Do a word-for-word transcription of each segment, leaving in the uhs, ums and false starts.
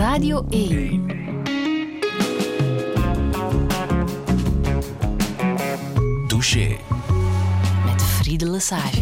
Radio één. Douché. Met Friede Lesage.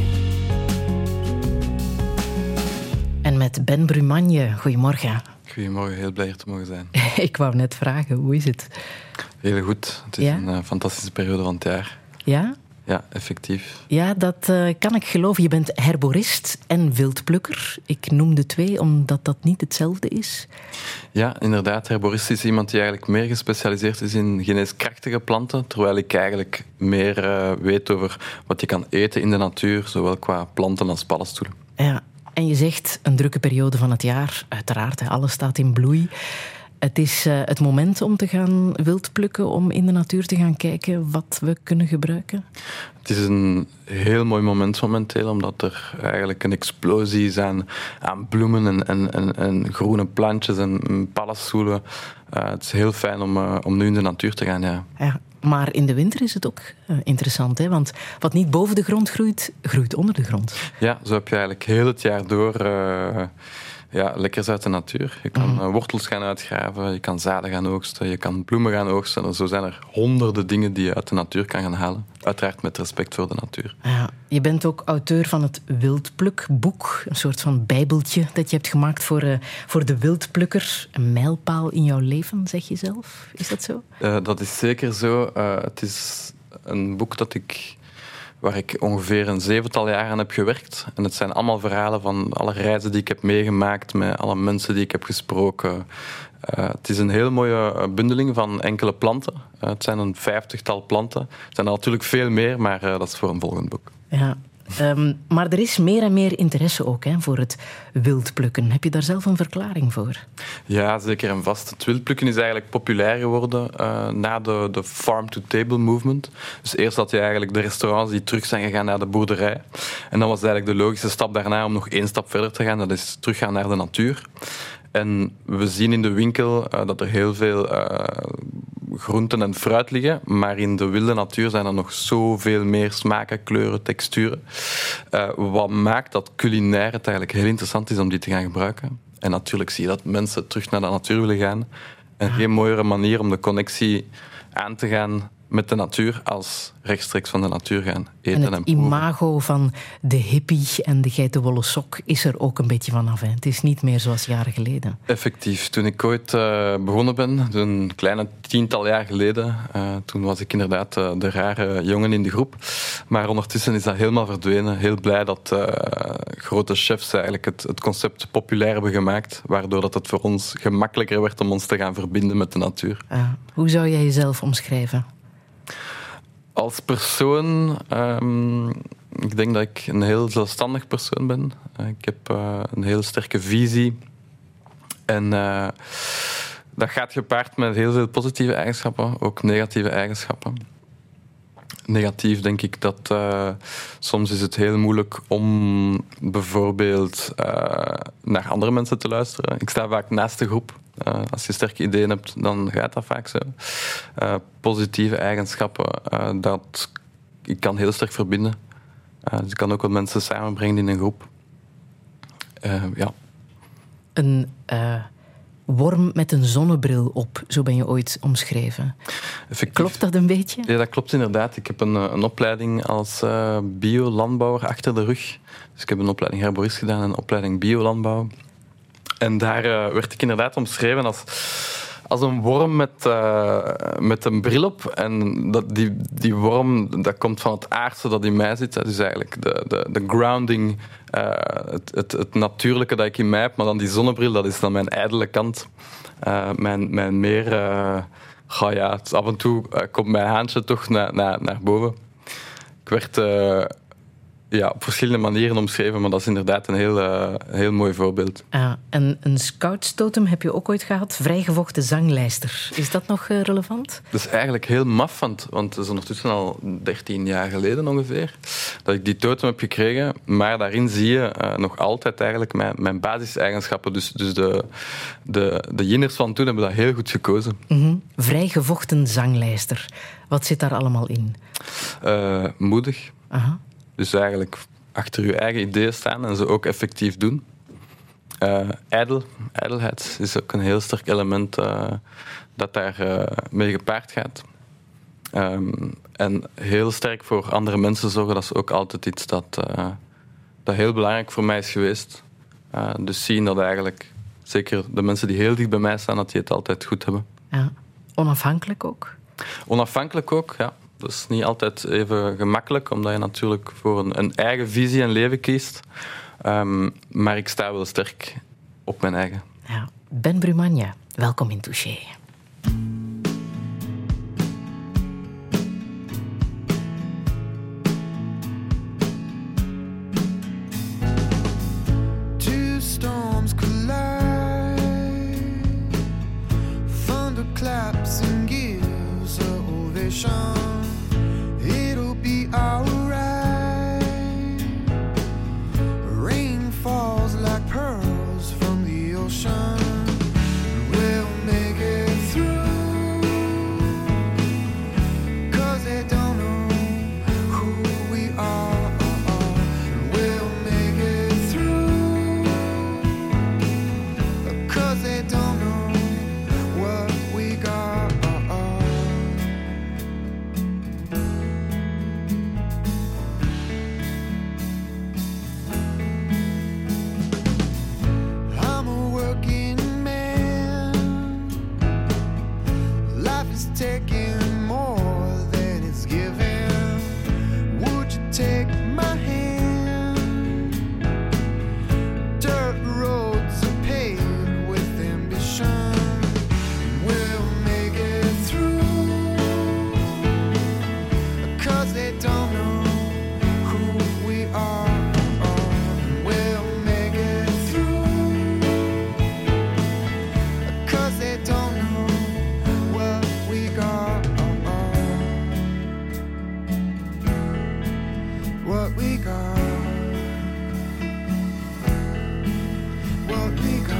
En met Ben Brumagne. Goedemorgen. Goedemorgen, heel blij hier te mogen zijn. Ik wou net vragen, hoe is het? Heel goed. Het is ja? een uh, fantastische periode van het jaar. Ja? Ja, effectief. Ja, dat uh, kan ik geloven. Je bent herborist en wildplukker. Ik noem de twee omdat dat niet hetzelfde is. Ja, inderdaad. Herborist is iemand die eigenlijk meer gespecialiseerd is in geneeskrachtige planten, terwijl ik eigenlijk meer uh, weet over wat je kan eten in de natuur, zowel qua planten als paddenstoelen. Ja, en je zegt een drukke periode van het jaar. Uiteraard, hè, alles staat in bloei. Het is uh, het moment om te gaan wildplukken, om in de natuur te gaan kijken wat we kunnen gebruiken? Het is een heel mooi moment momenteel, omdat er eigenlijk een explosie is aan, aan bloemen en, en, en, en groene plantjes en, en paddenstoelen. Uh, het is heel fijn om, uh, om nu in de natuur te gaan, ja. Ja, maar in de winter is het ook uh, interessant, hè? Want wat niet boven de grond groeit, groeit onder de grond. Ja, zo heb je eigenlijk heel het jaar door... Uh, Ja, lekkers uit de natuur. Je kan mm. wortels gaan uitgraven, je kan zaden gaan oogsten, je kan bloemen gaan oogsten. En zo zijn er honderden dingen die je uit de natuur kan gaan halen. Uiteraard met respect voor de natuur. Ja, je bent ook auteur van het Wildplukboek. Een soort van bijbeltje dat je hebt gemaakt voor, uh, voor de wildplukker. Een mijlpaal in jouw leven, zeg je zelf. Is dat zo? Uh, dat is zeker zo. Uh, het is een boek dat ik... waar ik ongeveer een zevental jaar aan heb gewerkt. En het zijn allemaal verhalen van alle reizen die ik heb meegemaakt, met alle mensen die ik heb gesproken. Uh, het is een heel mooie bundeling van enkele planten. Uh, het zijn een vijftigtal planten. Er zijn er natuurlijk veel meer, maar uh, dat is voor een volgend boek. Ja. Um, maar er is meer en meer interesse ook hè, voor het wildplukken. Heb je daar zelf een verklaring voor? Ja, zeker en vast. Het wildplukken is eigenlijk populair geworden uh, na de, de farm-to-table movement. Dus eerst had je eigenlijk de restaurants die terug zijn gegaan naar de boerderij. En dan was eigenlijk de logische stap daarna om nog één stap verder te gaan. Dat is teruggaan naar de natuur. En we zien in de winkel uh, dat er heel veel uh, groenten en fruit liggen, maar in de wilde natuur zijn er nog zoveel meer smaken, kleuren, texturen. Uh, wat maakt dat culinair het eigenlijk heel interessant is om die te gaan gebruiken. En natuurlijk zie je dat mensen terug naar de natuur willen gaan. En geen mooiere manier om de connectie aan te gaan met de natuur als rechtstreeks van de natuur gaan eten en, en het proeven. Imago van de hippie en de geitenwolle sok is er ook een beetje vanaf. Hè? Het is niet meer zoals jaren geleden. Effectief. Toen ik ooit uh, begonnen ben, een kleine tiental jaar geleden, uh, toen was ik inderdaad uh, de rare jongen in de groep. Maar ondertussen is dat helemaal verdwenen. Heel blij dat uh, grote chefs eigenlijk het, het concept populair hebben gemaakt, waardoor dat het voor ons gemakkelijker werd om ons te gaan verbinden met de natuur. Uh, hoe zou jij jezelf omschrijven? Als persoon, um, ik denk dat ik een heel zelfstandig persoon ben. Uh, ik heb uh, een heel sterke visie. En uh, dat gaat gepaard met heel veel positieve eigenschappen, ook negatieve eigenschappen. Negatief denk ik dat uh, soms is het heel moeilijk om bijvoorbeeld uh, naar andere mensen te luisteren. Ik sta vaak naast de groep. Uh, als je sterke ideeën hebt, dan gaat dat vaak zo. Uh, positieve eigenschappen, uh, dat ik kan heel sterk verbinden. Uh, dus ik kan ook wat mensen samenbrengen in een groep. Uh, ja. Een uh, worm met een zonnebril op, zo ben je ooit omschreven. Effectief. Klopt dat een beetje? Ja, dat klopt inderdaad. Ik heb een, een opleiding als uh, bio-landbouwer achter de rug. Dus ik heb een opleiding herborist gedaan en een opleiding bio-landbouw. En daar uh, werd ik inderdaad omschreven als, als een worm met, uh, met een bril op. En dat, die, die worm, dat komt van het aardse dat in mij zit. Dat is eigenlijk de, de, de grounding, uh, het, het, het natuurlijke dat ik in mij heb. Maar dan die zonnebril, dat is dan mijn ijdele kant. Uh, mijn, mijn meer... Uh, oh ja, af en toe uh, komt mijn haantje toch naar, naar, naar boven. Ik werd... Uh, Ja, op verschillende manieren omschreven, maar dat is inderdaad een heel, uh, heel mooi voorbeeld. Uh, en een scoutstotem heb je ook ooit gehad, vrijgevochten zanglijster. Is dat nog uh, relevant? Dat is eigenlijk heel maf, want, want het is ondertussen al dertien jaar geleden ongeveer dat ik die totem heb gekregen, maar daarin zie je uh, nog altijd eigenlijk mijn, mijn basiseigenschappen. Dus, dus de, de, de jinners van toen hebben dat heel goed gekozen. Mm-hmm. Vrijgevochten zanglijster. Wat zit daar allemaal in? Uh, moedig. Aha. Dus eigenlijk achter je eigen ideeën staan en ze ook effectief doen. Uh, ijdel, ijdelheid is ook een heel sterk element uh, dat daar uh, mee gepaard gaat. Um, en heel sterk voor andere mensen zorgen, dat is ook altijd iets dat, uh, dat heel belangrijk voor mij is geweest. Uh, dus zien dat eigenlijk, zeker de mensen die heel dicht bij mij staan, dat die het altijd goed hebben. Ja. Onafhankelijk ook? Onafhankelijk ook, ja. Dat is niet altijd even gemakkelijk, omdat je natuurlijk voor een, een eigen visie en leven kiest. Um, maar ik sta wel sterk op mijn eigen. Ja. Ben Brumanje, welkom in Touché. Two storms collide, thunder claps and gives a ovation. It'll be alright. Rain falls like pearls from the ocean. We'll make it through, 'cause they don't know who we are. We'll make it through, 'cause they don't know what we got. Taking more than it's giving. Would you take my hand? Dirt roads are paved with ambition. We'll make it through, 'cause they don't know who we are. We'll make it through, 'cause they don't know what we got, what we got, what we got.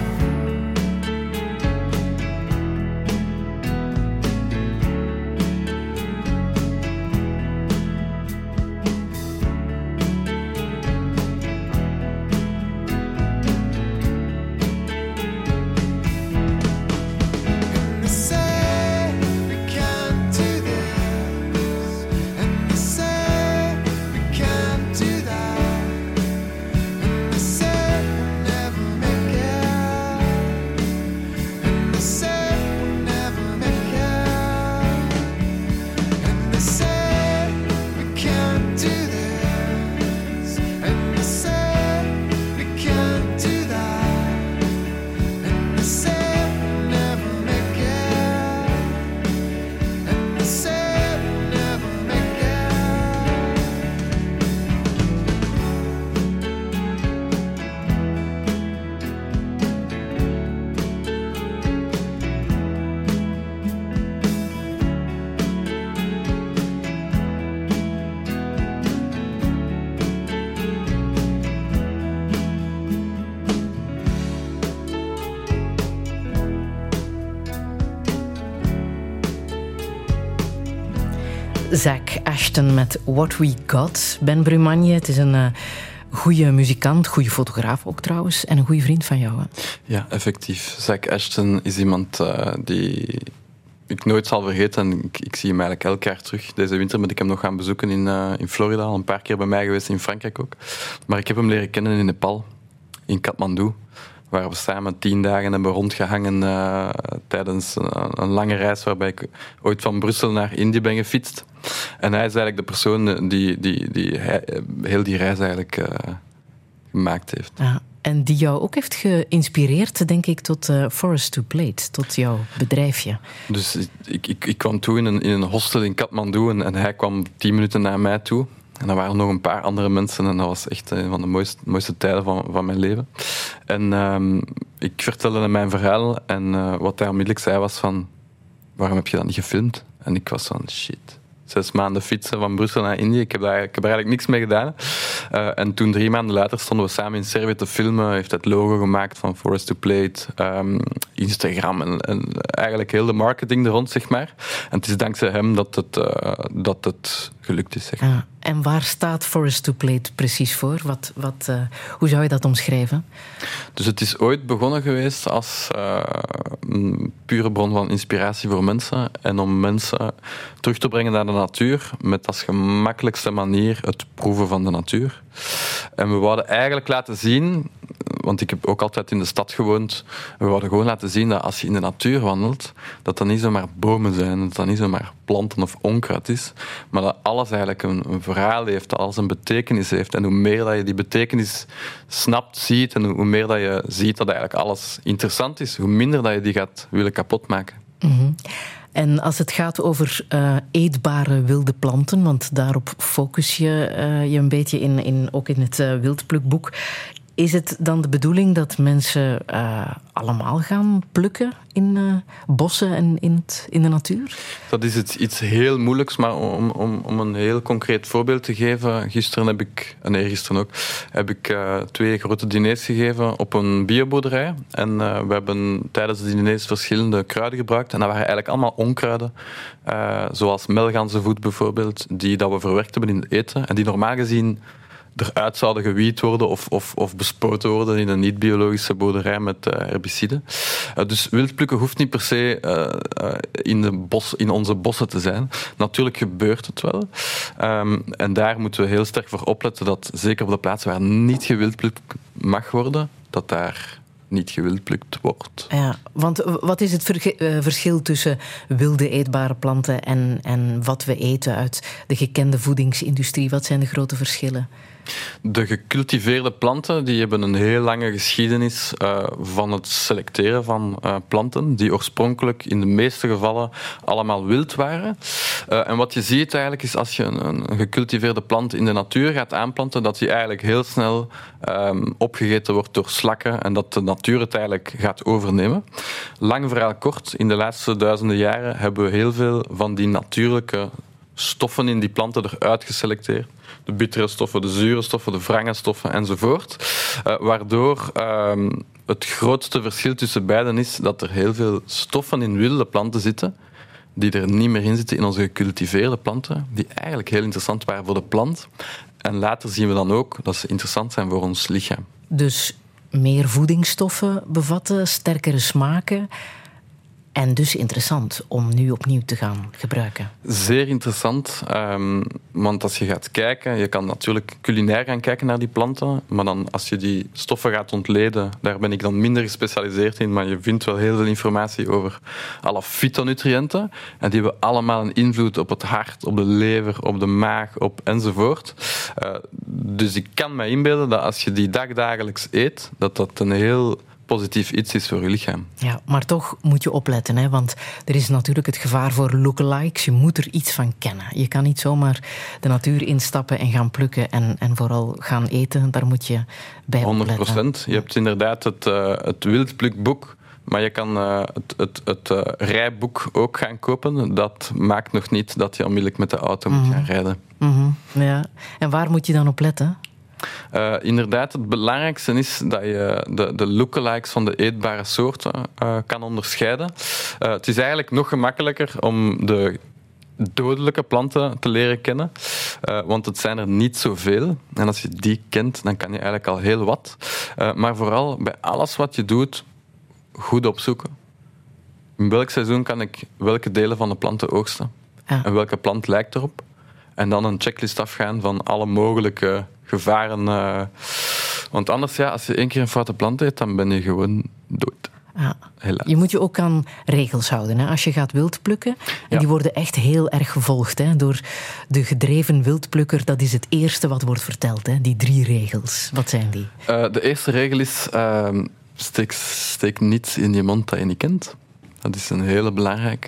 Zack Ashton met What We Got. Ben Brumanje, het is een uh, goede muzikant, goede fotograaf ook trouwens, en een goede vriend van jou. Hè? Ja, effectief. Zack Ashton is iemand uh, die ik nooit zal vergeten. En ik, ik zie hem eigenlijk elk jaar terug. Deze winter ben ik hem nog gaan bezoeken in, uh, in Florida. Al een paar keer bij mij geweest, in Frankrijk ook. Maar ik heb hem leren kennen in Nepal, in Kathmandu, waar we samen tien dagen hebben rondgehangen uh, tijdens een, een lange reis waarbij ik ooit van Brussel naar Indië ben gefietst. En hij is eigenlijk de persoon die, die, die hij, heel die reis eigenlijk uh, gemaakt heeft. Ja, en die jou ook heeft geïnspireerd, denk ik, tot uh, Forest to Plate, tot jouw bedrijfje. Dus ik, ik, ik kwam toe in een, in een hostel in Kathmandu en, en hij kwam tien minuten naar mij toe. En er waren nog een paar andere mensen en dat was echt een van de mooiste, mooiste tijden van, van mijn leven. En um, ik vertelde hem mijn verhaal en uh, wat hij onmiddellijk zei was van, waarom heb je dat niet gefilmd? En ik was van, shit. Zes maanden fietsen van Brussel naar Indië. Ik heb, daar, ik heb er eigenlijk niks mee gedaan. Uh, en toen, drie maanden later, stonden we samen in Servië te filmen. Hij heeft het logo gemaakt van Forest to Plate. Um, Instagram en, en eigenlijk heel de marketing er rond, zeg maar. En het is dankzij hem dat het, uh, dat het gelukt is, zeg maar. Ja. En waar staat Forest to Plate precies voor? Wat, wat, uh, hoe zou je dat omschrijven? Dus het is ooit begonnen geweest als uh, een pure bron van inspiratie voor mensen en om mensen terug te brengen naar de natuur met als gemakkelijkste manier het proeven van de natuur. En we wilden eigenlijk laten zien, want ik heb ook altijd in de stad gewoond, we wilden gewoon laten zien dat als je in de natuur wandelt, dat dat niet zomaar bomen zijn, dat dat niet zomaar planten of onkruid is, maar dat alles eigenlijk een, een verhaal heeft, dat alles een betekenis heeft. En hoe meer dat je die betekenis snapt, ziet, en hoe meer dat je ziet dat eigenlijk alles interessant is, hoe minder dat je die gaat willen kapotmaken. Mm-hmm. En als het gaat over uh, eetbare wilde planten, want daarop focus je uh, je een beetje in, in, ook in het uh, wildplukboek. Is het dan de bedoeling dat mensen uh, allemaal gaan plukken in uh, bossen en in, het, in de natuur? Dat is iets, iets heel moeilijks, maar om, om, om een heel concreet voorbeeld te geven. Gisteren heb ik, nee, gisteren ook, heb ik uh, twee grote diners gegeven op een bioboerderij. En uh, we hebben tijdens de diners verschillende kruiden gebruikt. En dat waren eigenlijk allemaal onkruiden, uh, zoals melganzenvoet bijvoorbeeld, die dat we verwerkt hebben in het eten. En die normaal gezien eruit zouden gewied worden of, of, of bespoten worden in een niet-biologische boerderij met uh, herbiciden. Uh, dus wildplukken hoeft niet per se uh, uh, in, de bos, in onze bossen te zijn. Natuurlijk gebeurt het wel. Um, en daar moeten we heel sterk voor opletten dat zeker op de plaatsen waar niet gewildplukt mag worden, dat daar niet gewildplukt wordt. Ja, want wat is het ver- uh, verschil tussen wilde eetbare planten en, en wat we eten uit de gekende voedingsindustrie? Wat zijn de grote verschillen? De gecultiveerde planten die hebben een heel lange geschiedenis uh, van het selecteren van uh, planten die oorspronkelijk in de meeste gevallen allemaal wild waren. Uh, en wat je ziet eigenlijk is als je een, een gecultiveerde plant in de natuur gaat aanplanten, dat die eigenlijk heel snel um, opgegeten wordt door slakken en dat de natuur het eigenlijk gaat overnemen. Lang verhaal kort, in de laatste duizenden jaren hebben we heel veel van die natuurlijke stoffen in die planten eruit geselecteerd. De bittere stoffen, de zure stoffen, de wrange stoffen enzovoort. Uh, waardoor uh, het grootste verschil tussen beiden is dat er heel veel stoffen in wilde planten zitten die er niet meer in zitten in onze gecultiveerde planten, die eigenlijk heel interessant waren voor de plant. En later zien we dan ook dat ze interessant zijn voor ons lichaam. Dus meer voedingsstoffen bevatten, sterkere smaken. En dus interessant om nu opnieuw te gaan gebruiken. Zeer interessant, um, want als je gaat kijken, je kan natuurlijk culinair gaan kijken naar die planten, maar dan als je die stoffen gaat ontleden, daar ben ik dan minder gespecialiseerd in, maar je vindt wel heel veel informatie over alle fytonutriënten. En die hebben allemaal een invloed op het hart, op de lever, op de maag, op enzovoort. Uh, dus ik kan me inbeelden dat als je die dagdagelijks eet, dat dat een heel positief iets is voor je lichaam. Ja, maar toch moet je opletten, hè? Want er is natuurlijk het gevaar voor lookalikes. Je moet er iets van kennen. Je kan niet zomaar de natuur instappen en gaan plukken en, en vooral gaan eten. Daar moet je bij opletten. honderd procent. Je hebt inderdaad het, uh, het wildplukboek, maar je kan uh, het, het, het uh, rijboek ook gaan kopen. Dat maakt nog niet dat je onmiddellijk met de auto mm-hmm. moet gaan rijden. Mm-hmm. Ja. En waar moet je dan op letten? Uh, inderdaad, het belangrijkste is dat je de, de lookalikes van de eetbare soorten uh, kan onderscheiden. Uh, het is eigenlijk nog gemakkelijker om de dodelijke planten te leren kennen, uh, want het zijn er niet zoveel. En als je die kent, dan kan je eigenlijk al heel wat. Uh, maar vooral bij alles wat je doet, goed opzoeken. In welk seizoen kan ik welke delen van de planten oogsten? Ja. En welke plant lijkt erop? En dan een checklist afgaan van alle mogelijke gevaren. Uh, want anders, ja, als je één keer een foute plant eet, dan ben je gewoon dood. Ja. Je moet je ook aan regels houden, hè, als je gaat wildplukken. En ja. die worden echt heel erg gevolgd, hè, door de gedreven wildplukker. Dat is het eerste wat wordt verteld, hè, die drie regels. Wat zijn die? Uh, de eerste regel is, uh, steek, steek niets in je mond dat je niet kent. Dat is een hele belangrijke.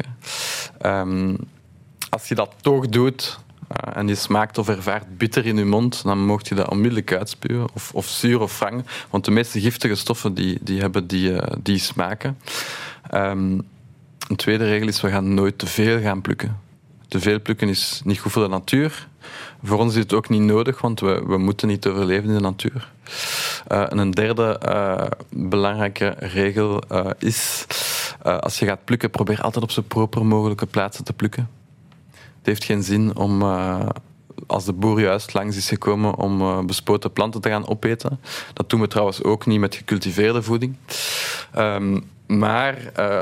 Um, als je dat toch doet, Uh, en je smaakt of ervaart bitter in je mond, dan mocht je dat onmiddellijk uitspuwen. Of, of zuur of wrang. Want de meeste giftige stoffen die, die hebben die, uh, die smaken. Um, een tweede regel is, we gaan nooit te veel gaan plukken. Te veel plukken is niet goed voor de natuur. Voor ons is het ook niet nodig, want we, we moeten niet overleven in de natuur. Uh, en een derde uh, belangrijke regel uh, is, uh, als je gaat plukken, probeer altijd op zo proper mogelijke plaatsen te plukken. Het heeft geen zin om uh, als de boer juist langs is gekomen om uh, bespoten planten te gaan opeten. Dat doen we trouwens ook niet met gecultiveerde voeding. Um, maar uh,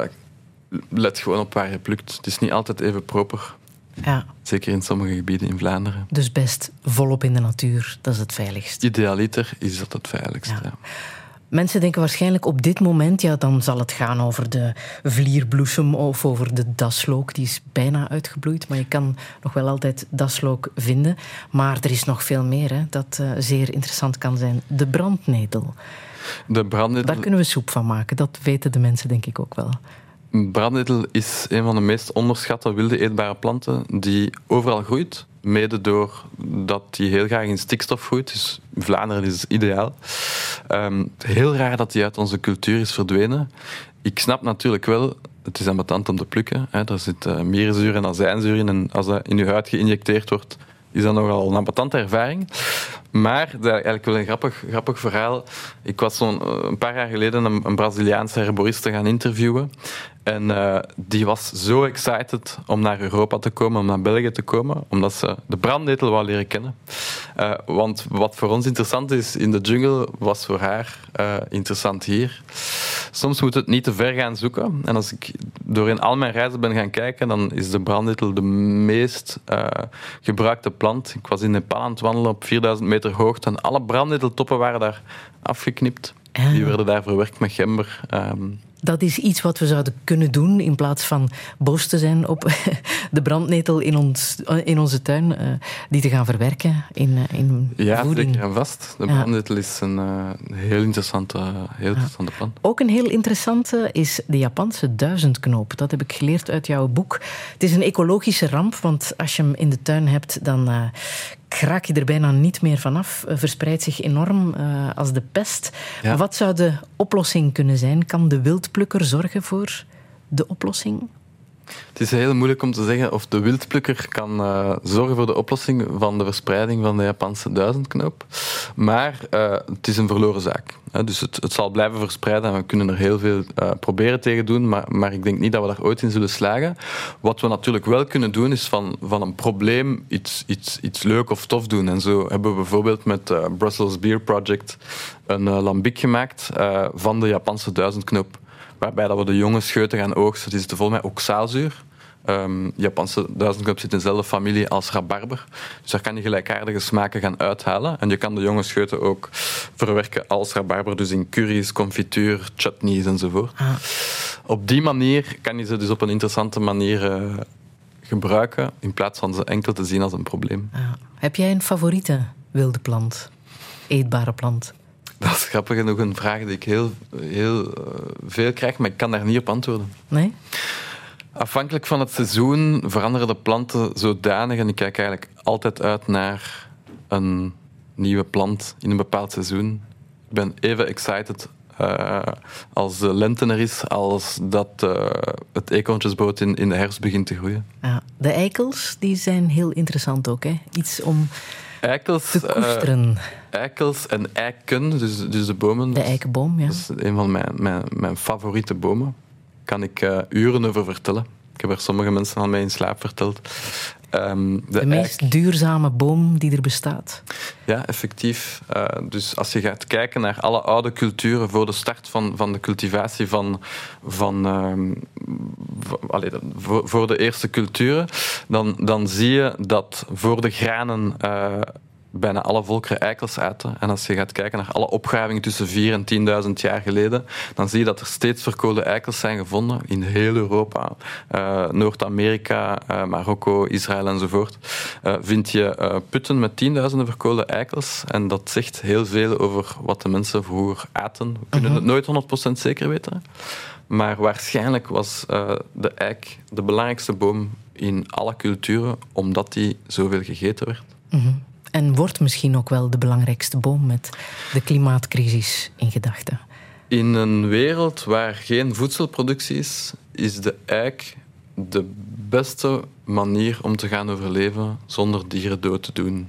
let gewoon op waar je plukt. Het is niet altijd even proper. Ja. Zeker in sommige gebieden in Vlaanderen. Dus best volop in de natuur, dat is het veiligst. Idealiter is dat het veiligst, ja. ja. Mensen denken waarschijnlijk op dit moment, ja, dan zal het gaan over de vlierbloesem of over de daslook. Die is bijna uitgebloeid, maar je kan nog wel altijd daslook vinden. Maar er is nog veel meer, hè, dat uh, zeer interessant kan zijn. De brandnetel. De brandnetel. Daar kunnen we soep van maken, dat weten de mensen denk ik ook wel. Brandnetel is een van de meest onderschatte wilde eetbare planten die overal groeit. Mede doordat die heel graag in stikstof groeit. Dus Vlaanderen is ideaal. Um, heel raar dat die uit onze cultuur is verdwenen. Ik snap natuurlijk wel, het is ambetant om te plukken. Hè. Er zit uh, mierzuur en azijnzuur in. En als dat in je huid geïnjecteerd wordt, is dat nogal een ambetante ervaring. Maar, dat is eigenlijk wel een grappig, grappig verhaal. Ik was zo'n, een paar jaar geleden een, een Braziliaanse herboriste gaan interviewen. En uh, die was zo excited om naar Europa te komen, om naar België te komen, omdat ze de brandnetel wou leren kennen. Uh, want wat voor ons interessant is in de jungle, was voor haar uh, interessant hier. Soms moet het niet te ver gaan zoeken. En als ik doorheen al mijn reizen ben gaan kijken, dan is de brandnetel de meest uh, gebruikte plant. Ik was in Nepal aan het wandelen op vierduizend meter hoogte en alle brandneteltoppen waren daar afgeknipt. Ah. Die werden daar verwerkt met gember. Um, Dat is iets wat we zouden kunnen doen in plaats van boos te zijn op de brandnetel in, ons, in onze tuin, uh, die te gaan verwerken in, uh, in ja, voeding. Ja, zeker en vast. De Ja. brandnetel is een uh, heel interessante, heel interessante plant. Ook een heel interessante is de Japanse duizendknoop. Dat heb ik geleerd uit jouw boek. Het is een ecologische ramp, want als je hem in de tuin hebt, dan uh, kraak je er bijna niet meer vanaf. Uh, verspreidt zich enorm uh, als de pest. Ja. Wat zou de oplossing kunnen zijn? Kan de wildplukker zorgen voor de oplossing? Het is heel moeilijk om te zeggen of de wildplukker kan uh, zorgen voor de oplossing van de verspreiding van de Japanse duizendknoop. Maar uh, het is een verloren zaak. Hè. Dus het, het zal blijven verspreiden en we kunnen er heel veel uh, proberen tegen doen, maar, maar ik denk niet dat we daar ooit in zullen slagen. Wat we natuurlijk wel kunnen doen, is van, van een probleem iets, iets, iets leuk of tof doen. En zo hebben we bijvoorbeeld met uh, Brussels Beer Project een uh, lambiek gemaakt uh, van de Japanse duizendknoop. Waarbij dat we de jonge scheuten gaan oogsten. Die zitten vol met oxaalzuur. Um, Japanse duizendknoop zit in dezelfde familie als rabarber. Dus daar kan je gelijkaardige smaken gaan uithalen. En je kan de jonge scheuten ook verwerken als rabarber. Dus in curry's, confituur, chutneys enzovoort. Ah. Op die manier kan je ze dus op een interessante manier uh, gebruiken. In plaats van ze enkel te zien als een probleem. Ah. Heb jij een favoriete wilde plant? Eetbare plant? Dat is grappig genoeg een vraag die ik heel, heel uh, veel krijg, maar ik kan daar niet op antwoorden. Nee? Afhankelijk van het seizoen veranderen de planten zodanig en ik kijk eigenlijk altijd uit naar een nieuwe plant in een bepaald seizoen. Ik ben even excited uh, als de lente er is, als dat uh, het eekhoorntjesboot in, in de herfst begint te groeien. Ja, de eikels die zijn heel interessant ook, hè? Iets om Eikels, te koesteren. Uh, eikels en eiken, dus, dus de bomen. De eikenboom, ja. Dat is een van mijn, mijn, mijn favoriete bomen. Kan ik uh, uren over vertellen. Ik heb er sommige mensen al mee in slaap verteld. Um, de de meest eik... duurzame boom die er bestaat. Ja, effectief. Uh, dus als je gaat kijken naar alle oude culturen voor de start van, van de cultivatie van... van um, v- allee, voor, voor de eerste culturen, dan, dan zie je dat voor de granen... Uh, bijna alle volkeren eikels aten. En als je gaat kijken naar alle opgravingen tussen vier en tienduizend jaar geleden, dan zie je dat er steeds verkoolde eikels zijn gevonden in heel Europa. Uh, Noord-Amerika, uh, Marokko, Israël enzovoort. Uh, vind je uh, putten met tienduizenden verkoolde eikels. En dat zegt heel veel over wat de mensen vroeger aten. We kunnen het nooit honderd procent zeker weten. Maar waarschijnlijk was uh, de eik de belangrijkste boom in alle culturen, omdat die zoveel gegeten werd. Mm-hmm. En wordt misschien ook wel de belangrijkste boom met de klimaatcrisis in gedachten. In een wereld waar geen voedselproductie is, is de eik de beste manier om te gaan overleven zonder dieren dood te doen.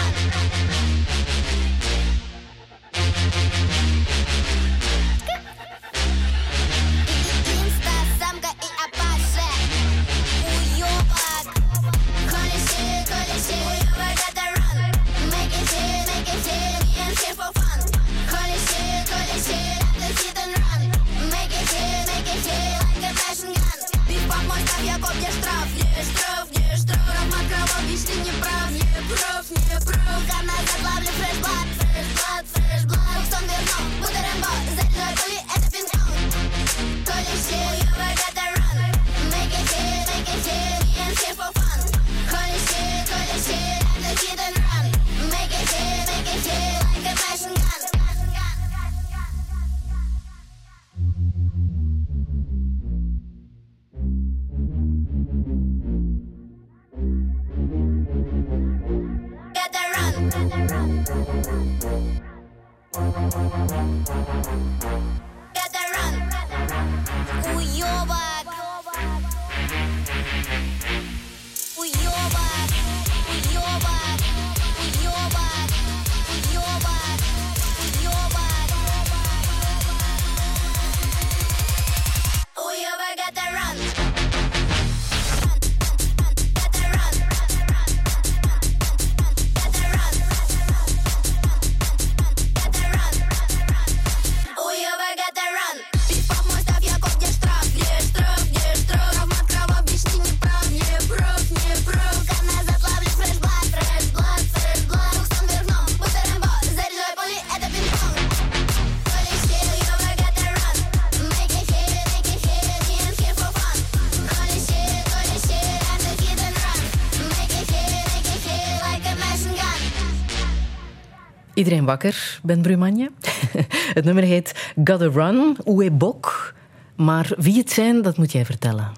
Iedereen wakker, Ben Brumanje. Het nummer heet Gotta Run, Oe Bok. Maar wie het zijn, dat moet jij vertellen.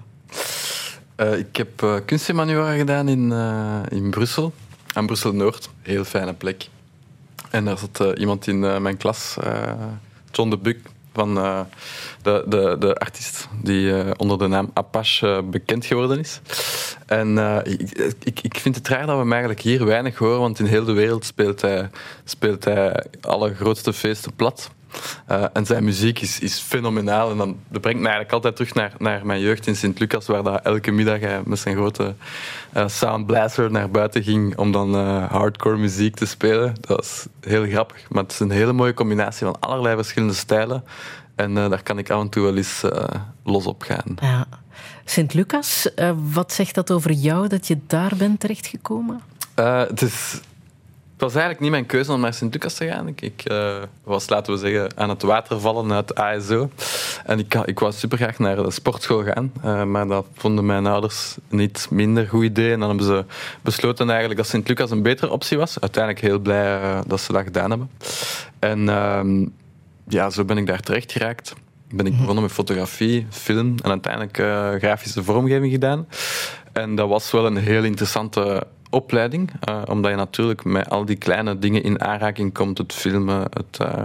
Uh, ik heb uh, kunsthumaniora gedaan in, uh, in Brussel, aan Brussel-Noord. Heel fijne plek. En daar zat uh, iemand in uh, mijn klas, uh, John de Buck, van uh, de, de, de artiest die uh, onder de naam Apache uh, bekend geworden is. En uh, ik, ik, ik vind het raar dat we hem eigenlijk hier weinig horen, want in heel de wereld speelt hij, speelt hij alle grootste feesten plat. Uh, en zijn muziek is, is fenomenaal. En dan, dat brengt me eigenlijk altijd terug naar, naar mijn jeugd in Sint-Lucas, waar dat elke middag hij met zijn grote uh, soundblaster naar buiten ging om dan uh, hardcore muziek te spelen. Dat is heel grappig, maar het is een hele mooie combinatie van allerlei verschillende stijlen. En uh, daar kan ik af en toe wel eens uh, los op gaan. Ja. Sint-Lucas, uh, wat zegt dat over jou dat je daar bent terechtgekomen? Uh, het is... Het was eigenlijk niet mijn keuze om naar Sint-Lucas te gaan. Ik, ik uh, was, laten we zeggen, aan het water vallen uit A S O. En ik, ik wou super graag naar de sportschool gaan. Uh, maar dat vonden mijn ouders niet minder goed idee. En dan hebben ze besloten eigenlijk dat Sint-Lucas een betere optie was. Uiteindelijk heel blij uh, dat ze dat gedaan hebben. En uh, ja, zo ben ik daar terecht geraakt. Ben ik begonnen met fotografie, film en uiteindelijk uh, grafische vormgeving gedaan. En dat was wel een heel interessante opleiding, uh, omdat je natuurlijk met al die kleine dingen in aanraking komt. Het filmen, het, uh,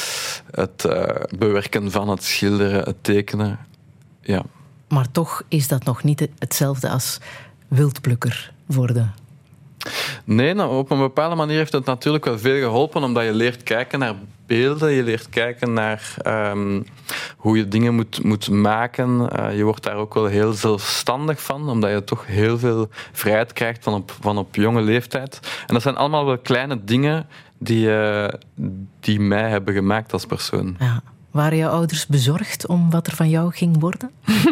het uh, bewerken van het schilderen, het tekenen. Ja. Maar toch is dat nog niet hetzelfde als wildplukker worden. Nee, nou, op een bepaalde manier heeft het natuurlijk wel veel geholpen, omdat je leert kijken naar beelden, je leert kijken naar um, hoe je dingen moet, moet maken. Uh, je wordt daar ook wel heel zelfstandig van, omdat je toch heel veel vrijheid krijgt van op, van op jonge leeftijd. En dat zijn allemaal wel kleine dingen die, uh, die mij hebben gemaakt als persoon. Ja. Waren jouw ouders bezorgd om wat er van jou ging worden?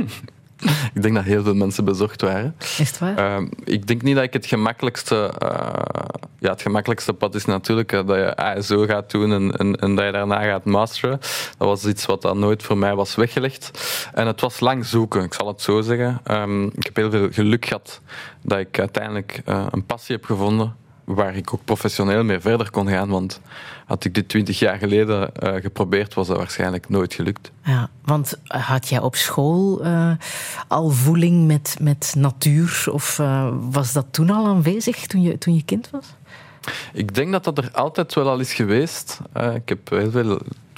Ik denk dat heel veel mensen bezorgd waren. Is het waar? Uh, ik denk niet dat ik het gemakkelijkste... Uh, ja, het gemakkelijkste pad is natuurlijk uh, dat je A S O gaat doen en, en, en dat je daarna gaat masteren. Dat was iets wat dan nooit voor mij was weggelegd. En het was lang zoeken, ik zal het zo zeggen. Um, ik heb heel veel geluk gehad dat ik uiteindelijk uh, een passie heb gevonden waar ik ook professioneel mee verder kon gaan. Want had ik dit twintig jaar geleden uh, geprobeerd, was dat waarschijnlijk nooit gelukt. Ja, want had jij op school uh, al voeling met, met natuur? Of uh, was dat toen al aanwezig, toen je, toen je kind was? Ik denk dat dat er altijd wel al is geweest. Uh, ik heb heel veel...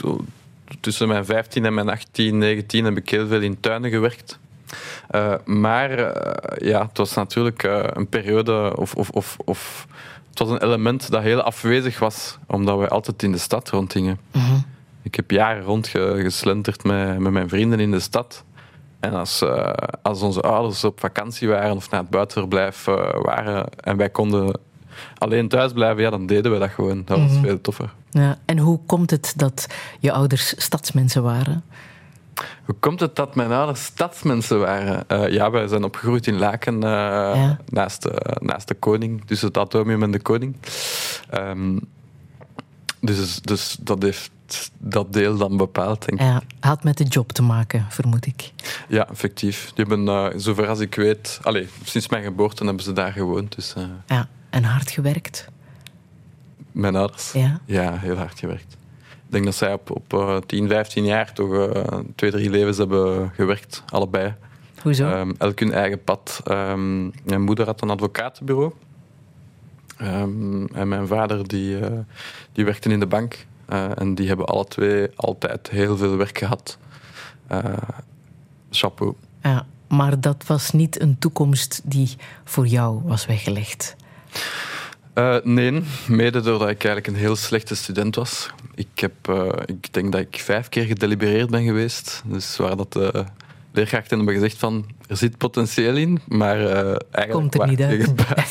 Tussen mijn vijftien en mijn achttien, negentien heb ik heel veel in tuinen gewerkt. Uh, maar uh, ja, het was natuurlijk uh, een periode... Of, of, of, of het was een element dat heel afwezig was, omdat we altijd in de stad rondgingen. Mhm. Ik heb jaren rondgeslenterd met, met mijn vrienden in de stad. En als, uh, als onze ouders op vakantie waren of naar het buitenverblijf uh, waren en wij konden alleen thuis blijven, ja, dan deden we dat gewoon. Dat was Mhm. veel toffer. Ja. En hoe komt het dat je ouders stadsmensen waren? Hoe komt het dat mijn ouders stadsmensen waren? Uh, ja, wij zijn opgegroeid in Laken, uh, Ja. naast, de, naast de koning, tussen het atomium en de koning. Um, dus, dus dat heeft dat deel dan bepaald, denk ik. Ja, had met de job te maken, vermoed ik. Ja, effectief. Die hebben, uh, zover als ik weet... Allez, sinds mijn geboorte hebben ze daar gewoond. Dus, uh, Ja, en hard gewerkt. mijn ouders. Ja. Ja, heel hard gewerkt. Ik denk dat zij op, op uh, tien, vijftien jaar toch uh, twee, drie levens hebben gewerkt. Allebei. Hoezo? Um, elk hun eigen pad. Um, mijn moeder had een advocatenbureau. Um, en mijn vader die, uh, die werkte in de bank. Uh, en die hebben alle twee altijd heel veel werk gehad. Uh, chapeau. Ja, maar dat was niet een toekomst die voor jou was weggelegd. Uh, nee, mede doordat ik eigenlijk een heel slechte student was. Ik, heb, uh, ik denk dat ik vijf keer gedelibereerd ben geweest. Dus waar dat de leerkrachten hebben gezegd van, er zit potentieel in, maar uh, eigenlijk... Komt er niet uit.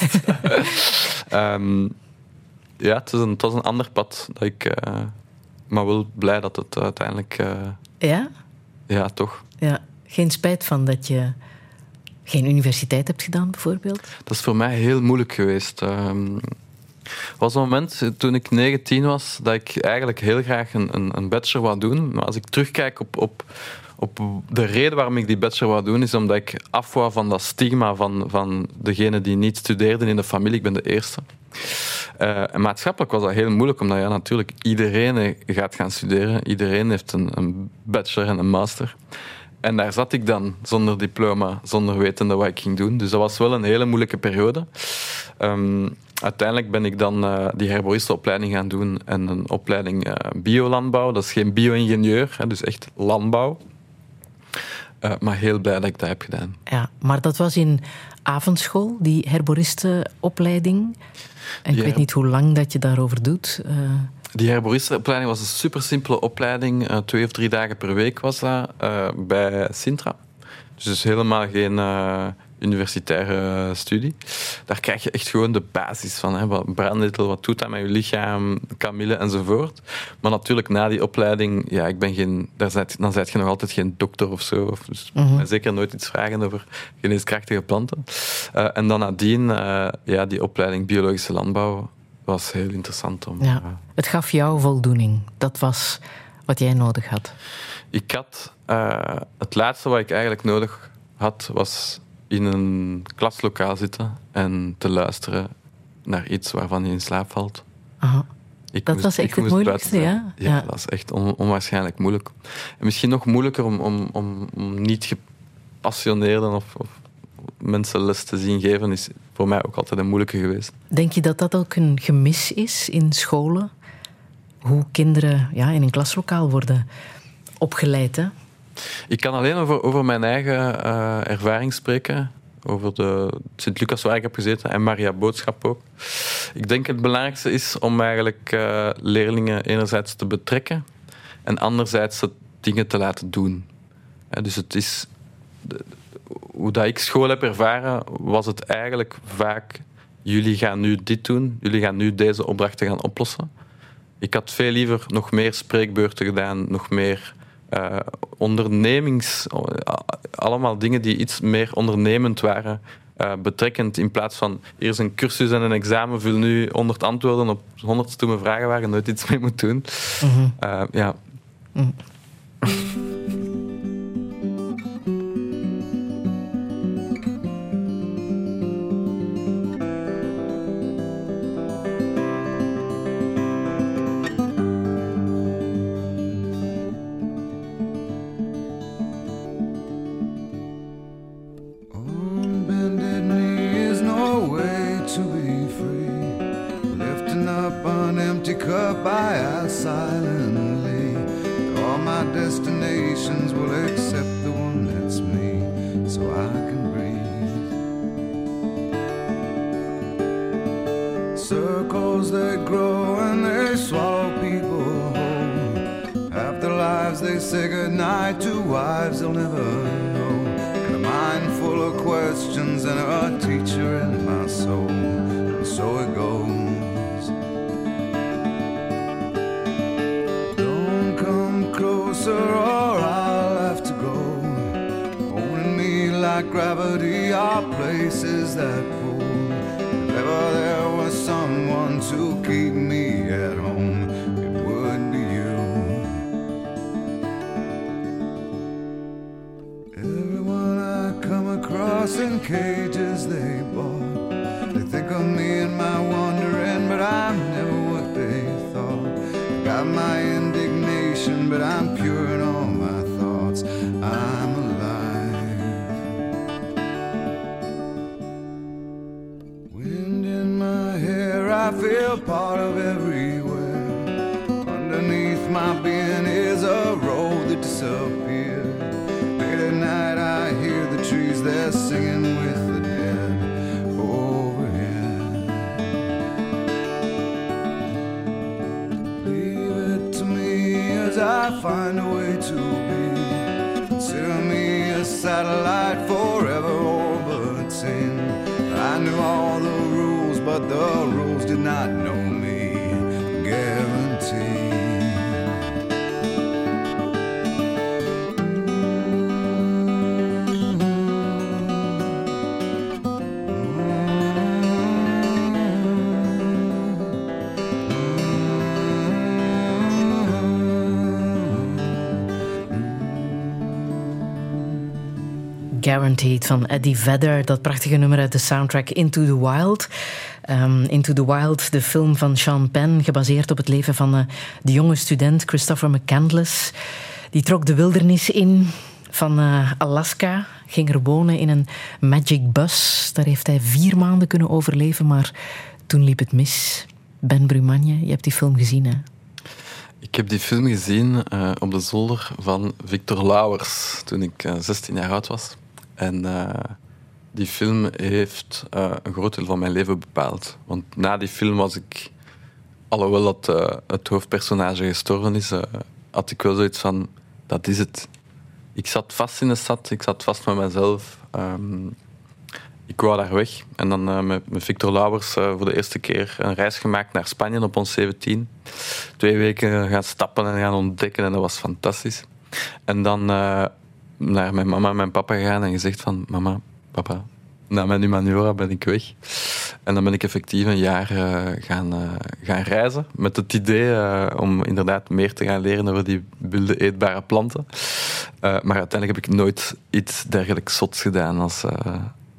um, ja, het was, een, het was een ander pad. Dat ik, uh, maar wel blij dat het uiteindelijk... Uh, Ja? ja, toch. Ja. Geen spijt van dat je geen universiteit hebt gedaan, bijvoorbeeld? Dat is voor mij heel moeilijk geweest. Um, er was een moment, toen ik negentien was, dat ik eigenlijk heel graag een, een, een bachelor wou doen. Maar als ik terugkijk op, op, op de reden waarom ik die bachelor wou doen, is omdat ik af wou van dat stigma van, van degene die niet studeerden in de familie. Ik ben de eerste. Uh, en maatschappelijk was dat heel moeilijk, omdat ja, natuurlijk iedereen gaat gaan studeren. Iedereen heeft een, een bachelor en een master. En daar zat ik dan, zonder diploma, zonder wetende wat ik ging doen. Dus dat was wel een hele moeilijke periode. Um, uiteindelijk ben ik dan uh, die herboristenopleiding gaan doen en een opleiding uh, biolandbouw. Dat is geen bio-ingenieur, hè, dus echt landbouw. Uh, maar heel blij dat ik dat heb gedaan. Ja, maar dat was in avondschool, die herboristenopleiding. En ik Ja. weet niet hoe lang dat je daarover doet. Uh, Die herboristenopleiding was een super simpele opleiding. Uh, twee of drie dagen per week was dat uh, bij Sintra. Dus, dus helemaal geen uh, universitaire studie. Daar krijg je echt gewoon de basis van. Hè. Wat brandnetel, wat doet dat met je lichaam, kamille enzovoort. Maar natuurlijk na die opleiding, ja, ik ben geen, daar zet, dan ben je nog altijd geen dokter of zo. Of, dus Mm-hmm. zeker nooit iets vragen over geneeskrachtige planten. Uh, en dan nadien, uh, ja, die opleiding biologische landbouw was heel interessant om... ja. Uh, Het gaf jou voldoening. Dat was wat jij nodig had. Ik had... Uh, het laatste wat ik eigenlijk nodig had, was in een klaslokaal zitten en te luisteren naar iets waarvan je in slaap valt. Aha. Ik Dat moest, was echt ik het moest moeilijkste, buiten ja? zijn. Ja, Ja. dat was echt on, onwaarschijnlijk moeilijk. En misschien nog moeilijker om, om, om, om niet gepassioneerden of, of mensen les te zien geven, is voor mij ook altijd een moeilijke geweest. Denk je dat dat ook een gemis is in scholen? Hoe kinderen ja, in een klaslokaal worden opgeleid, hè? Ik kan alleen over, over mijn eigen uh, ervaring spreken. Over de Sint-Lucas waar ik heb gezeten en Maria Boodschap ook. Ik denk het belangrijkste is om eigenlijk uh, leerlingen enerzijds te betrekken en anderzijds het dingen te laten doen. Ja, dus het is... De, hoe dat ik school heb ervaren, was het eigenlijk vaak... Jullie gaan nu dit doen, jullie gaan nu deze opdrachten gaan oplossen. Ik had veel liever nog meer spreekbeurten gedaan, nog meer... Uh, ondernemings... Allemaal dingen die iets meer ondernemend waren. Uh, betrekkend in plaats van... Hier is een cursus en een examen, vul nu honderd antwoorden op honderd stomme vragen waar je nooit iets mee moet doen. Mm-hmm. Uh, ja. Mm. On bended knee is no way to be free. Lifting up an empty cup, I ask silently. All my destinations will accept the one that's me, so I can breathe. Circle crow and they swallow people whole. Half their lives they say goodnight to wives they'll never know. And a mind full of questions and a teacher in my soul. And so it goes. Don't come closer or I'll have to go. Holding me like gravity are places that pull. If ever there was someone to keep me at home, it would be you. Everyone I come across in cages they bought, they think of me and my wandering, but I'm never what they thought. I got my indignation, but I'm pure in all my thoughts. I'm alive. Wind in my hair, I feel part of everywhere. Underneath my being is a road that disappeared. Late at night I hear the trees, they're singing with the dead overhead. Leave it to me as I find a way to be. Consider me a satellite forever orbiting. I knew all the rules, but the rules did not know me. Guaranteed. Guaranteed van Eddie Vedder, dat prachtige nummer uit de soundtrack Into the Wild. Um, Into the Wild, de film van Sean Penn, gebaseerd op het leven van uh, de jonge student Christopher McCandless. Die trok de wildernis in van uh, Alaska, ging er wonen in een Magic Bus. Daar heeft hij vier maanden kunnen overleven, maar toen liep het mis. Ben Brumagne, je hebt die film gezien, hè? Ik heb die film gezien uh, op de zolder van Victor Lauwers toen ik uh, zestien jaar oud was. En uh, die film heeft uh, een groot deel van mijn leven bepaald. Want na die film was ik, alhoewel dat uh, het hoofdpersonage gestorven is, uh, had ik wel zoiets van, dat is het. Ik zat vast in de stad, ik zat vast met mezelf. Um, ik wou daar weg. En dan uh, met, met Victor Lauwers uh, voor de eerste keer een reis gemaakt naar Spanje op ons zeventien. Twee weken gaan stappen en gaan ontdekken en dat was fantastisch. En dan uh, naar mijn mama en mijn papa gegaan en gezegd van, mama, papa, na mijn humaniora ben ik weg. En dan ben ik effectief een jaar uh, gaan, uh, gaan reizen met het idee uh, om inderdaad meer te gaan leren over die wilde eetbare planten. Uh, maar uiteindelijk heb ik nooit iets dergelijks zots gedaan als... Uh,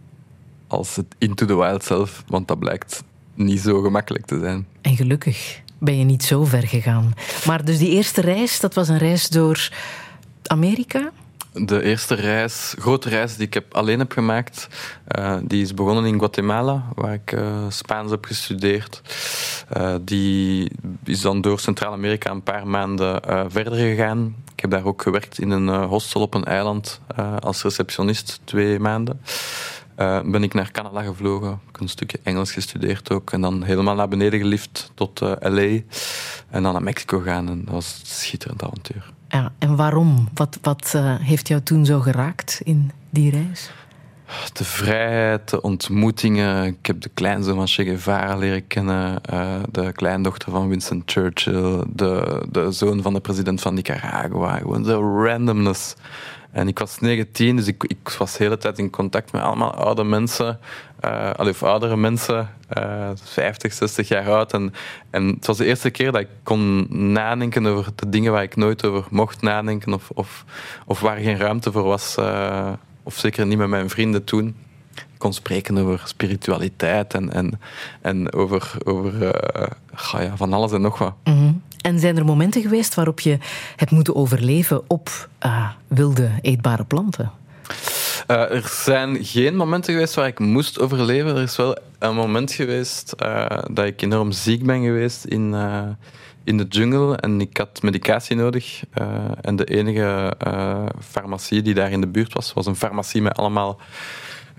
als het Into the Wild zelf, want dat blijkt niet zo gemakkelijk te zijn. En gelukkig ben je niet zo ver gegaan. Maar dus die eerste reis, dat was een reis door Amerika? De eerste reis, grote reis die ik heb, alleen heb gemaakt, uh, die is begonnen in Guatemala, waar ik uh, Spaans heb gestudeerd. Uh, die is dan door Centraal-Amerika een paar maanden uh, verder gegaan. Ik heb daar ook gewerkt in een uh, hostel op een eiland uh, als receptionist, twee maanden. Uh, ben ik naar Canada gevlogen. Ik heb een stukje Engels gestudeerd ook. En dan helemaal naar beneden gelift tot uh, L A. En dan naar Mexico gaan. En dat was een schitterend avontuur. Ja, en waarom? Wat, wat uh, heeft jou toen zo geraakt in die reis? De vrijheid, de ontmoetingen. Ik heb de kleinzoon van Che Guevara leren kennen. Uh, de kleindochter van Winston Churchill. De, de zoon van de president van Nicaragua. Gewoon de randomness. En ik was negentien, dus ik, ik was de hele tijd in contact met allemaal oude mensen. Uh, of oudere mensen, uh, vijftig, zestig jaar oud. En, en het was de eerste keer dat ik kon nadenken over de dingen waar ik nooit over mocht nadenken. Of, of, of waar geen ruimte voor was. Uh, of zeker niet met mijn vrienden toen. Ik kon spreken over spiritualiteit en, en, en over, over uh, oh ja, van alles en nog wat. Mm-hmm. En zijn er momenten geweest waarop je hebt moeten overleven op uh, wilde eetbare planten? Uh, er zijn geen momenten geweest waar ik moest overleven. Er is wel een moment geweest uh, dat ik enorm ziek ben geweest in, uh, in de jungle. En ik had medicatie nodig. Uh, en de enige uh, farmacie die daar in de buurt was, was een farmacie met allemaal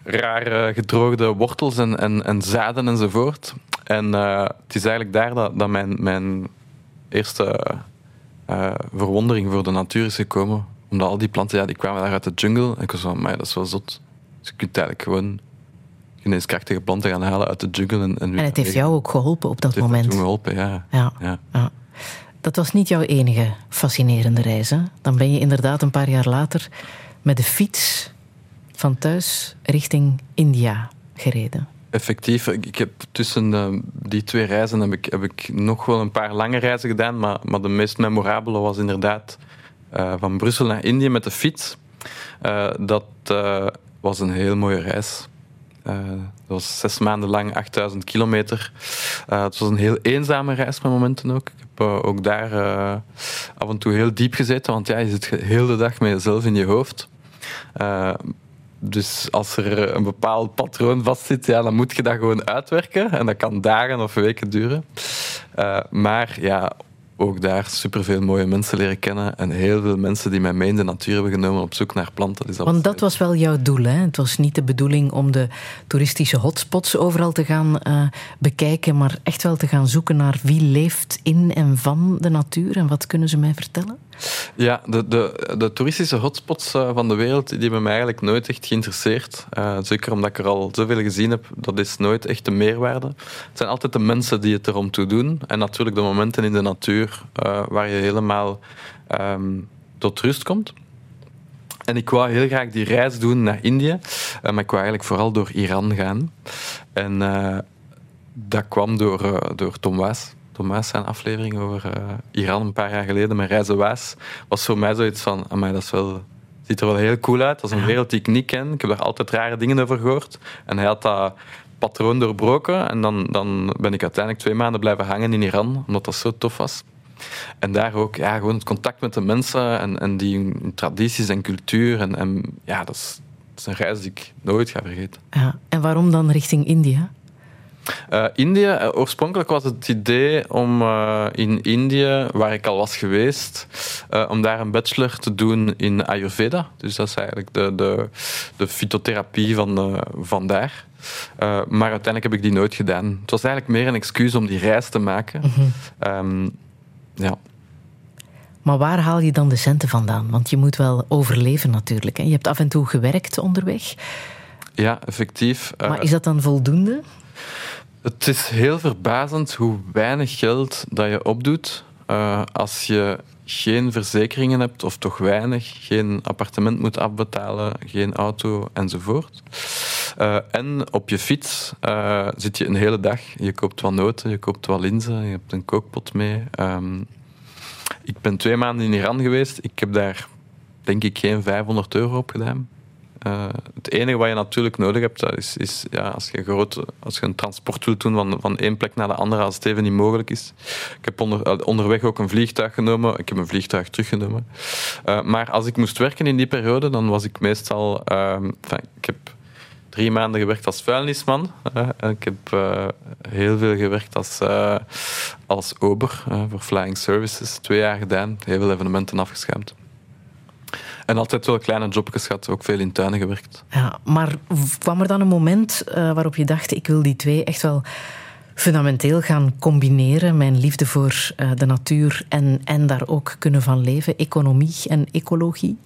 rare gedroogde wortels en, en, en zaden enzovoort. En uh, het is eigenlijk daar dat, dat mijn, mijn eerste uh, verwondering voor de natuur is gekomen. Omdat al die planten, ja, die kwamen daar uit de jungle. En ik was van, maar dat is wel zot. Dus je kunt eigenlijk gewoon geneeskrachtige planten gaan halen uit de jungle. En, en, en het heeft jou ook geholpen op dat het moment. Het heeft me geholpen, ja. Ja, ja. ja. Dat was niet jouw enige fascinerende reis, hè? Dan ben je inderdaad een paar jaar later met de fiets van thuis richting India gereden. Effectief. Ik heb tussen de, die twee reizen heb ik, heb ik nog wel een paar lange reizen gedaan, maar, maar de meest memorabele was inderdaad uh, van Brussel naar Indië met de fiets. Uh, dat uh, was een heel mooie reis. Uh, dat was zes maanden lang, achtduizend kilometer. Uh, het was een heel eenzame reis met momenten ook. Ik heb uh, ook daar uh, af en toe heel diep gezeten, want ja, je zit de hele dag met jezelf in je hoofd. Uh, dus als er een bepaald patroon vastzit, ja, dan moet je dat gewoon uitwerken. En dat kan dagen of weken duren. Uh, maar ja, ook daar superveel mooie mensen leren kennen. En heel veel mensen die mij mee in de natuur hebben genomen op zoek naar planten. Dus dat Want was dat was wel jouw doel, hè? Het was niet de bedoeling om de toeristische hotspots overal te gaan uh, bekijken, maar echt wel te gaan zoeken naar wie leeft in en van de natuur en wat kunnen ze mij vertellen? Ja, de, de, de toeristische hotspots van de wereld die hebben mij eigenlijk nooit echt geïnteresseerd. Uh, zeker omdat ik er al zoveel gezien heb, dat is nooit echt de meerwaarde. Het zijn altijd de mensen die het erom toe doen. En natuurlijk de momenten in de natuur uh, waar je helemaal um, tot rust komt. En ik wou heel graag die reis doen naar Indië, uh, maar ik wou eigenlijk vooral door Iran gaan. En uh, dat kwam door, uh, door Tom Waas. Tom Waas zijn aflevering over uh, Iran een paar jaar geleden met Reizen Waas was voor mij zoiets van, amai, dat is wel, ziet er wel heel cool uit. Dat is een wereld die ik niet ken. Ik heb daar altijd rare dingen over gehoord. En hij had dat patroon doorbroken. En dan, dan ben ik uiteindelijk twee maanden blijven hangen in Iran, omdat dat zo tof was. En daar ook ja, gewoon het contact met de mensen en, en die tradities en cultuur. En, en ja, dat is, dat is een reis die ik nooit ga vergeten. Ja, en waarom dan richting India? Uh, Indië, uh, oorspronkelijk was het idee om uh, in Indië, waar ik al was geweest, uh, om daar een bachelor te doen in Ayurveda. Dus dat is eigenlijk de, de, de fytotherapie van, uh, van daar. Uh, maar uiteindelijk heb ik die nooit gedaan. Het was eigenlijk meer een excuus om die reis te maken. Mm-hmm. Um, ja. Maar waar haal je dan de centen vandaan? Want je moet wel overleven natuurlijk. Hè? Je hebt af en toe gewerkt onderweg. Ja, effectief. Uh, maar is dat dan voldoende? Het is heel verbazend hoe weinig geld dat je opdoet uh, als je geen verzekeringen hebt, of toch weinig, geen appartement moet afbetalen, geen auto enzovoort. Uh, en op je fiets uh, zit je een hele dag. Je koopt wat noten, je koopt wat linzen, je hebt een kookpot mee. Um, ik ben twee maanden in Iran geweest. Ik heb daar, denk ik, geen vijfhonderd euro op gedaan. Uh, het enige wat je natuurlijk nodig hebt, dat is, is ja, als, je groot, als je een transport wilt doen van, van één plek naar de andere, als het even niet mogelijk is. Ik heb onder, onderweg ook een vliegtuig genomen. Ik heb een vliegtuig teruggenomen. Uh, maar als ik moest werken in die periode, dan was ik meestal... Uh, enfin, ik heb drie maanden gewerkt als vuilnisman. Uh, en ik heb uh, heel veel gewerkt als, uh, als ober uh, voor Flying Services. Twee jaar gedaan, heel veel evenementen afgeschermd. En altijd wel kleine jobjes gehad, ook veel in tuinen gewerkt. Ja, maar kwam er dan een moment uh, waarop je dacht, ik wil die twee echt wel fundamenteel gaan combineren, mijn liefde voor uh, de natuur en, en daar ook kunnen van leven, economie en ecologie?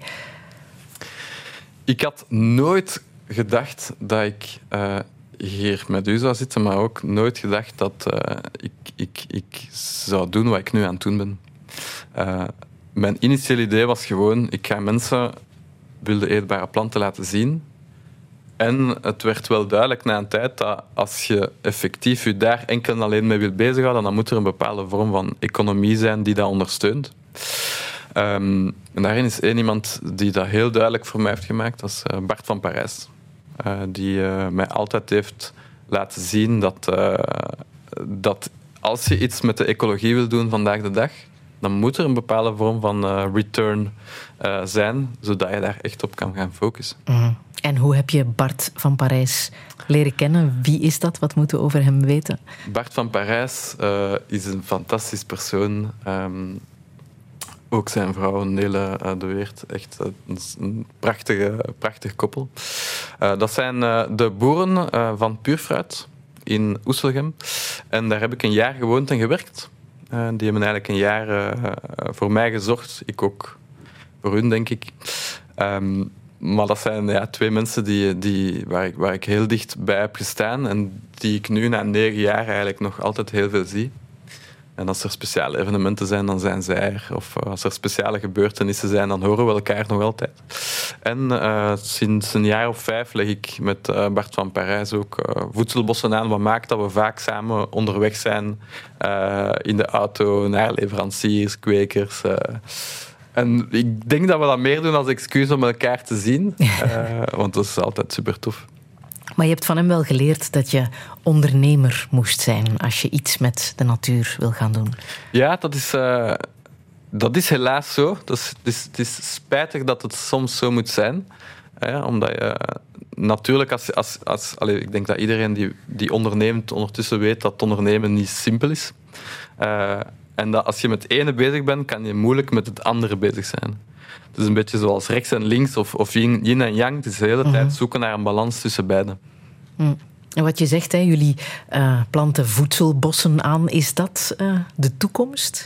Ik had nooit gedacht dat ik uh, hier met u zou zitten, maar ook nooit gedacht dat uh, ik, ik, ik zou doen wat ik nu aan het doen ben. Uh, Mijn initiële idee was gewoon, ik ga mensen wilde eetbare planten laten zien. En het werd wel duidelijk na een tijd dat als je effectief je daar enkel en alleen mee wilt bezighouden, dan moet er een bepaalde vorm van economie zijn die dat ondersteunt. Um, en daarin is één iemand die dat heel duidelijk voor mij heeft gemaakt, dat is uh, Bart van Parijs. Uh, die uh, mij altijd heeft laten zien dat, uh, dat als je iets met de ecologie wil doen vandaag de dag, dan moet er een bepaalde vorm van uh, return uh, zijn, zodat je daar echt op kan gaan focussen. Mm. En hoe heb je Bart van Parijs leren kennen? Wie is dat? Wat moeten we over hem weten? Bart van Parijs uh, is een fantastisch persoon. Um, ook zijn vrouw, Nele uh, de Weert. Echt uh, een prachtige, prachtig koppel. Uh, dat zijn uh, de boeren uh, van Puurfruit in Oeselgem. En daar heb ik een jaar gewoond en gewerkt. Uh, die hebben eigenlijk een jaar uh, voor mij gezocht. Ik ook voor hun, denk ik. Um, maar dat zijn ja, twee mensen die, die, waar, ik, waar ik heel dicht bij heb gestaan en die ik nu na negen jaar eigenlijk nog altijd heel veel zie. En als er speciale evenementen zijn, dan zijn zij er. Of als er speciale gebeurtenissen zijn, dan horen we elkaar nog altijd. En uh, sinds een jaar of vijf leg ik met uh, Bart van Parijs ook uh, voedselbossen aan. Wat maakt dat we vaak samen onderweg zijn uh, in de auto naar leveranciers, kwekers. Uh, en ik denk dat we dat meer doen als excuus om elkaar te zien. Uh, want dat is altijd super tof. Maar je hebt van hem wel geleerd dat je ondernemer moest zijn als je iets met de natuur wil gaan doen. Ja, dat is, uh, dat is helaas zo. Dat is, het, is, het is spijtig dat het soms zo moet zijn. Hè, omdat je natuurlijk, als, als, als, allez, ik denk dat iedereen die, die onderneemt ondertussen weet dat ondernemen niet simpel is. Uh, en dat als je met het ene bezig bent, kan je moeilijk met het andere bezig zijn. Het is een beetje zoals rechts en links of, of yin, yin en yang. Het is de hele tijd mm-hmm. zoeken naar een balans tussen beiden. Mm. En wat je zegt, hè, jullie uh, planten voedselbossen aan. Is dat uh, de toekomst?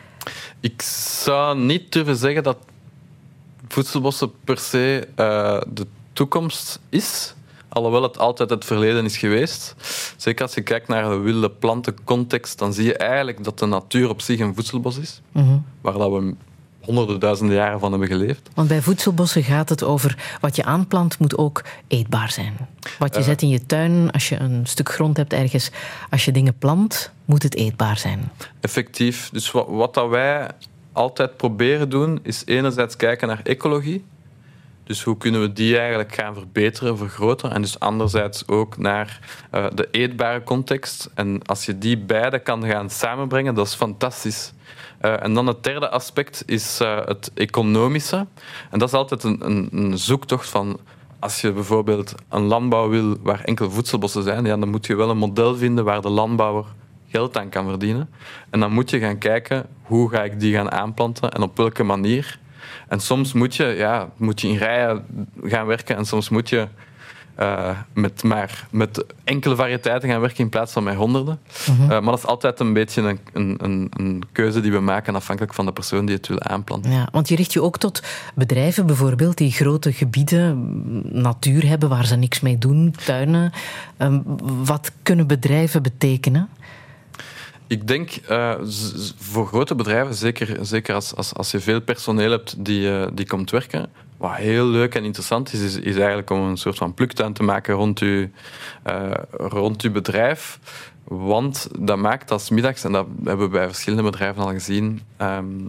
Ik zou niet durven zeggen dat voedselbossen per se uh, de toekomst is. Alhoewel het altijd het verleden is geweest. Zeker als je kijkt naar de wilde plantencontext, dan zie je eigenlijk dat de natuur op zich een voedselbos is. Mm-hmm. Waar dat we honderden duizenden jaren van hebben geleefd. Want bij voedselbossen gaat het over wat je aanplant moet ook eetbaar zijn. Wat je uh, zet in je tuin, als je een stuk grond hebt ergens, als je dingen plant, moet het eetbaar zijn. Effectief. Dus wat, wat dat wij altijd proberen doen, is enerzijds kijken naar ecologie. Dus hoe kunnen we die eigenlijk gaan verbeteren, vergroten. En dus anderzijds ook naar uh, de eetbare context. En als je die beide kan gaan samenbrengen, dat is fantastisch. Uh, en dan het derde aspect is uh, het economische. En dat is altijd een, een, een zoektocht van... Als je bijvoorbeeld een landbouw wil waar enkel voedselbossen zijn, ja, dan moet je wel een model vinden waar de landbouwer geld aan kan verdienen. En dan moet je gaan kijken, hoe ga ik die gaan aanplanten en op welke manier. En soms moet je, ja, moet je in rijen gaan werken en soms moet je uh, met, maar met enkele variëteiten gaan werken in plaats van met honderden. Mm-hmm. Uh, maar dat is altijd een beetje een, een, een, een keuze die we maken afhankelijk van de persoon die het wil aanplanten. Ja, want je richt je ook tot bedrijven bijvoorbeeld die grote gebieden, natuur hebben waar ze niks mee doen, tuinen. Um, wat kunnen bedrijven betekenen? Ik denk uh, z- voor grote bedrijven, zeker, zeker als, als, als je veel personeel hebt die, uh, die komt werken, wat heel leuk en interessant is, is, is eigenlijk om een soort van pluktuin te maken rond je, uh, rond je bedrijf. Want dat maakt als middags, en dat hebben we bij verschillende bedrijven al gezien, um,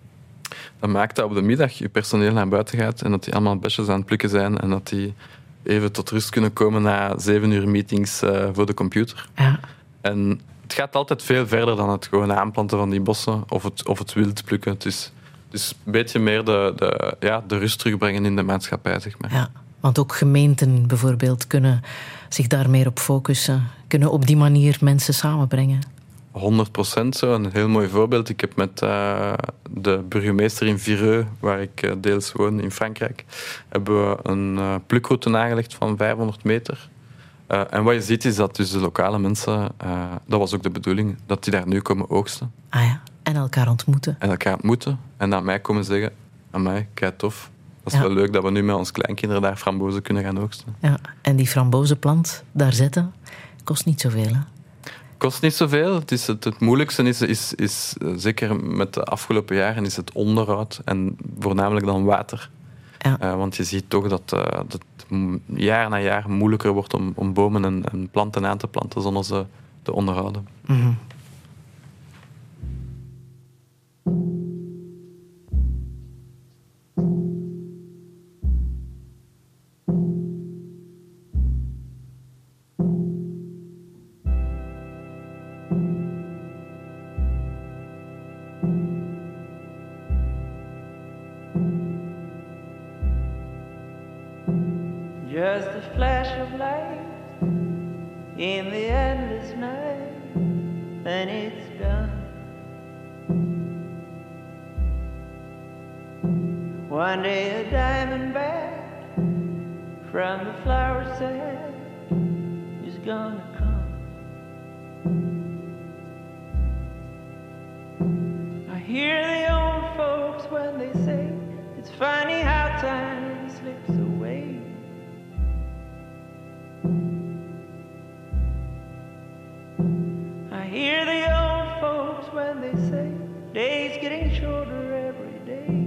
dat maakt dat op de middag je personeel naar buiten gaat en dat die allemaal besjes aan het plukken zijn en dat die even tot rust kunnen komen na zeven uur meetings uh, voor de computer. Ja. En het gaat altijd veel verder dan het gewoon aanplanten van die bossen of het, of het wild plukken. Het is, het is een beetje meer de, de, ja, de rust terugbrengen in de maatschappij, zeg maar. Ja, want ook gemeenten bijvoorbeeld kunnen zich daar meer op focussen. Kunnen op die manier mensen samenbrengen. honderd procent zo. Een heel mooi voorbeeld. Ik heb met uh, de burgemeester in Vireux, waar ik uh, deels woon in Frankrijk, hebben we een uh, plukroute aangelegd van vijfhonderd meter. Uh, en wat je ziet is dat dus de lokale mensen, uh, dat was ook de bedoeling, dat die daar nu komen oogsten. Ah ja, en elkaar ontmoeten. En elkaar ontmoeten. En naar mij komen zeggen, amai, kei tof. Dat is ja. wel leuk dat we nu met ons kleinkinderen daar frambozen kunnen gaan oogsten. Ja, en die frambozenplant daar zetten, kost niet zoveel, hè? Kost niet zoveel. Het, is het, het moeilijkste is, is, is, zeker met de afgelopen jaren, is het onderhoud. En voornamelijk dan water. Ja. Uh, want je ziet toch dat, uh, dat jaar na jaar moeilijker wordt om, om bomen en, en planten aan te planten zonder ze te onderhouden. Mm-hmm. Just a flash of light in the endless night, and it's gone. One day a diamond back from the flower said is gonna come. I hear the old folks when they say it's funny how time slips away. I hear the old folks when they say days getting shorter every day.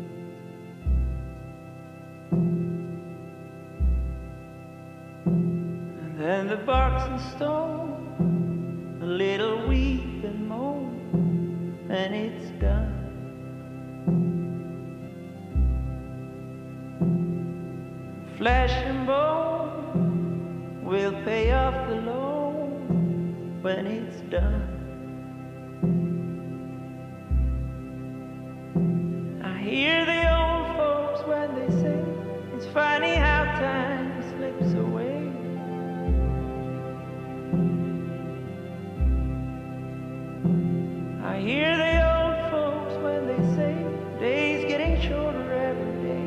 And then the box and stone, a little weep and moan, and it's done. Flesh and bone will pay off the loan when it's done. I hear the old folks when they say it's funny how time slips away. I hear the old folks when they say days getting shorter every day.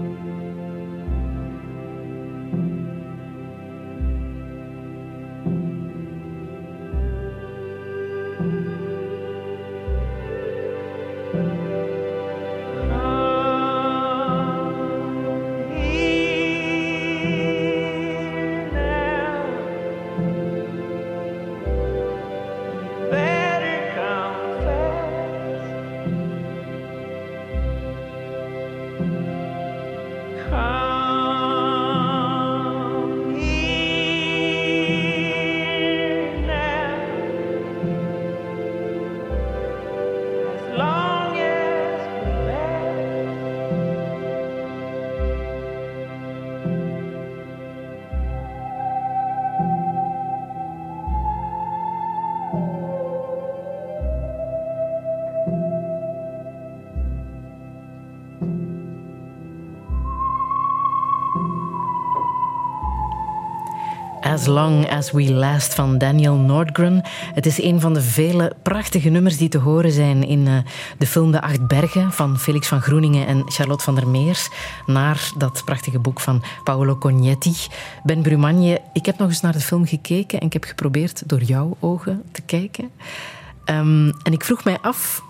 As Long As We Last van Daniel Nordgren. Het is een van de vele prachtige nummers die te horen zijn in uh, de film De Acht Bergen van Felix van Groeningen en Charlotte van der Meers, naar dat prachtige boek van Paolo Cognetti. Ben Brumagne, ik heb nog eens naar de film gekeken en ik heb geprobeerd door jouw ogen te kijken. Um, en ik vroeg mij af,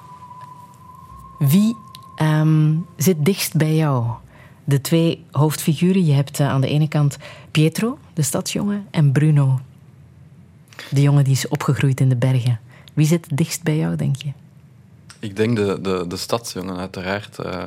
wie um, zit dichtst bij jou? De twee hoofdfiguren. Je hebt uh, aan de ene kant Pietro, de stadsjongen, en Bruno, de jongen die is opgegroeid in de bergen. Wie zit het dichtst bij jou, denk je? Ik denk de, de, de stadsjongen, uiteraard. Uh,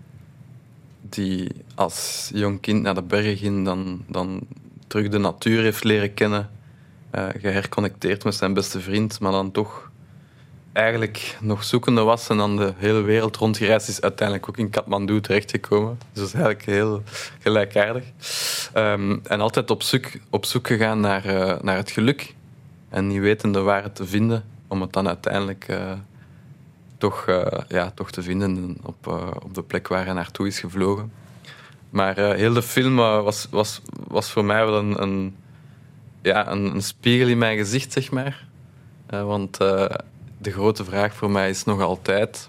die als jong kind naar de bergen ging, dan, dan terug de natuur heeft leren kennen. Uh, geherconnecteerd met zijn beste vriend, maar dan toch eigenlijk nog zoekende was en dan de hele wereld rondgereisd is, uiteindelijk ook in Kathmandu terechtgekomen. Dus dat is eigenlijk heel gelijkaardig. Um, en altijd op zoek, op zoek gegaan naar, uh, naar het geluk. En niet wetende waar het te vinden, om het dan uiteindelijk uh, toch, uh, ja, toch te vinden op, uh, op de plek waar hij naartoe is gevlogen. Maar uh, heel de film uh, was, was, was voor mij wel een, een, ja, een, een spiegel in mijn gezicht, zeg maar. Uh, want uh, de grote vraag voor mij is nog altijd: